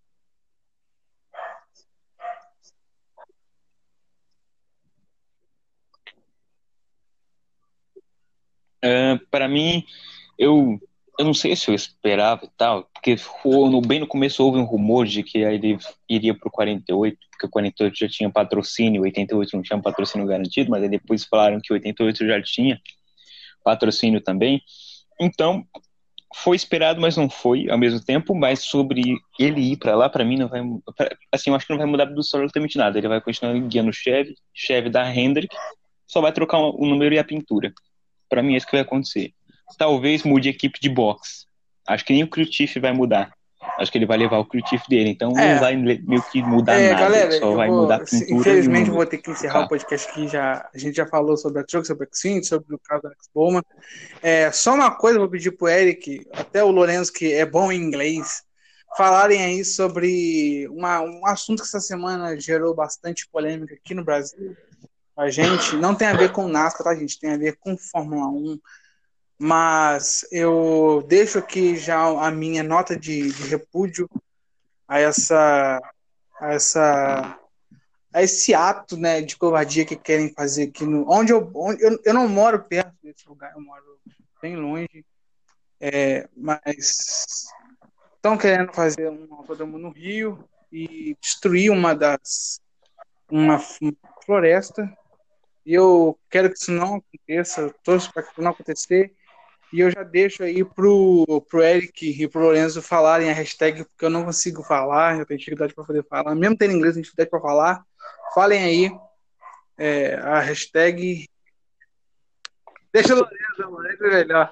Ah, para mim, eu, eu não sei se eu esperava e tal, porque foi no, bem no começo houve um rumor de que aí ele iria pro quarenta e oito, porque o quarenta e oito já tinha patrocínio, o oitenta e oito não tinha um patrocínio garantido, mas aí depois falaram que o oitenta e oito já tinha patrocínio também. Então, foi esperado, mas não foi ao mesmo tempo. Mas sobre ele ir para lá, para mim, não vai. Assim, eu acho que não vai mudar absolutamente nada. Ele vai continuar guiando o Chevy, Chevy da Hendrick, só vai trocar o número e a pintura. Para mim, é isso que vai acontecer. Talvez mude a equipe de boxe. Acho que nem o Crew Chief vai mudar. Acho que ele vai levar o Crew Chief dele. Então, não é, vai meio que mudar é, nada. Ele galera, só eu vai mudar vou, a pintura e o infelizmente, eu número vou ter que do encerrar o carro. podcast aqui. Já, a gente já falou sobre a Truck, sobre a Xing, sobre o caso da Alex Bowman. É, só uma coisa, eu vou pedir pro Eric, até o Lourenço, que é bom em inglês, falarem aí sobre uma, um assunto que essa semana gerou bastante polêmica aqui no Brasil. A gente não tem a ver com NASCAR, tá, gente? Tem a ver com Fórmula um. Mas eu deixo aqui já a minha nota de, de repúdio a essa, a essa a esse ato, né, de covardia que querem fazer aqui no onde eu onde, eu, eu não moro perto desse lugar, eu moro bem longe, é, mas estão querendo fazer um autódromo no Rio e destruir uma das uma, uma floresta, e eu quero que isso não aconteça, eu torço para que isso não acontecer. E eu já deixo aí pro, pro Eric e pro Lorenzo falarem a hashtag, porque eu não consigo falar, eu tenho dificuldade para poder falar. Mesmo tendo inglês, eu tenho dificuldade para falar. Falem aí é, a hashtag. Deixa o Lorenzo, o Lorenzo é melhor.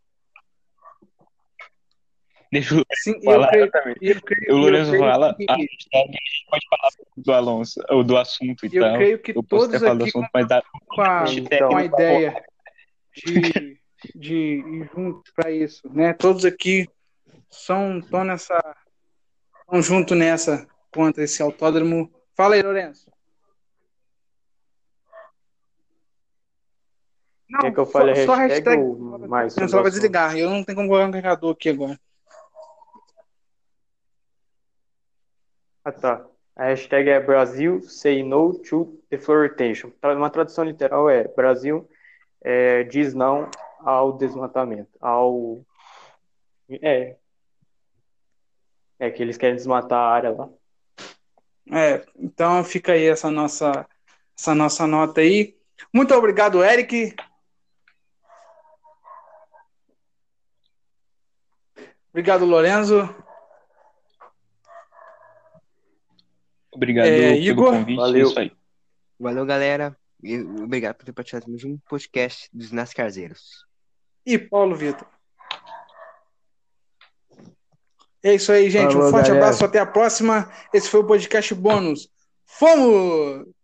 Deixa eu Sim, e eu falar creio, exatamente. e eu creio, O e eu Lourenço creio fala, que, a hashtag, a gente pode falar do Alonso, ou do assunto e eu tal. creio que Eu posso até todos falar do aqui assunto, mas dá com a, hashtag com a Então, ideia de, de ir junto para isso, né? Todos aqui são, estão nessa, estão junto nessa contra esse autódromo. Fala aí, Lourenço. quer Não, que eu fale só, a só hashtag hashtag. ou mais Não, sobre só o vai assunto? desligar. Eu não tenho como colocar um carregador aqui agora. Ah, tá. A hashtag é Brasil Say No to Deforestation. Uma tradução literal é Brasil é, diz não ao desmatamento. Ao... É, é que eles querem desmatar a área lá. É, então fica aí essa nossa, essa nossa nota aí. Muito obrigado, Eric. Obrigado, Lorenzo. Obrigado É, pelo Igor. convite, é Valeu. isso aí. Valeu, galera. E obrigado por ter participado de mais um podcast dos NASCARzeiros. E Paulo Vitor. É isso aí, gente. Um Falou, forte galera. abraço. Até a próxima. Esse foi o podcast bônus. Fomos!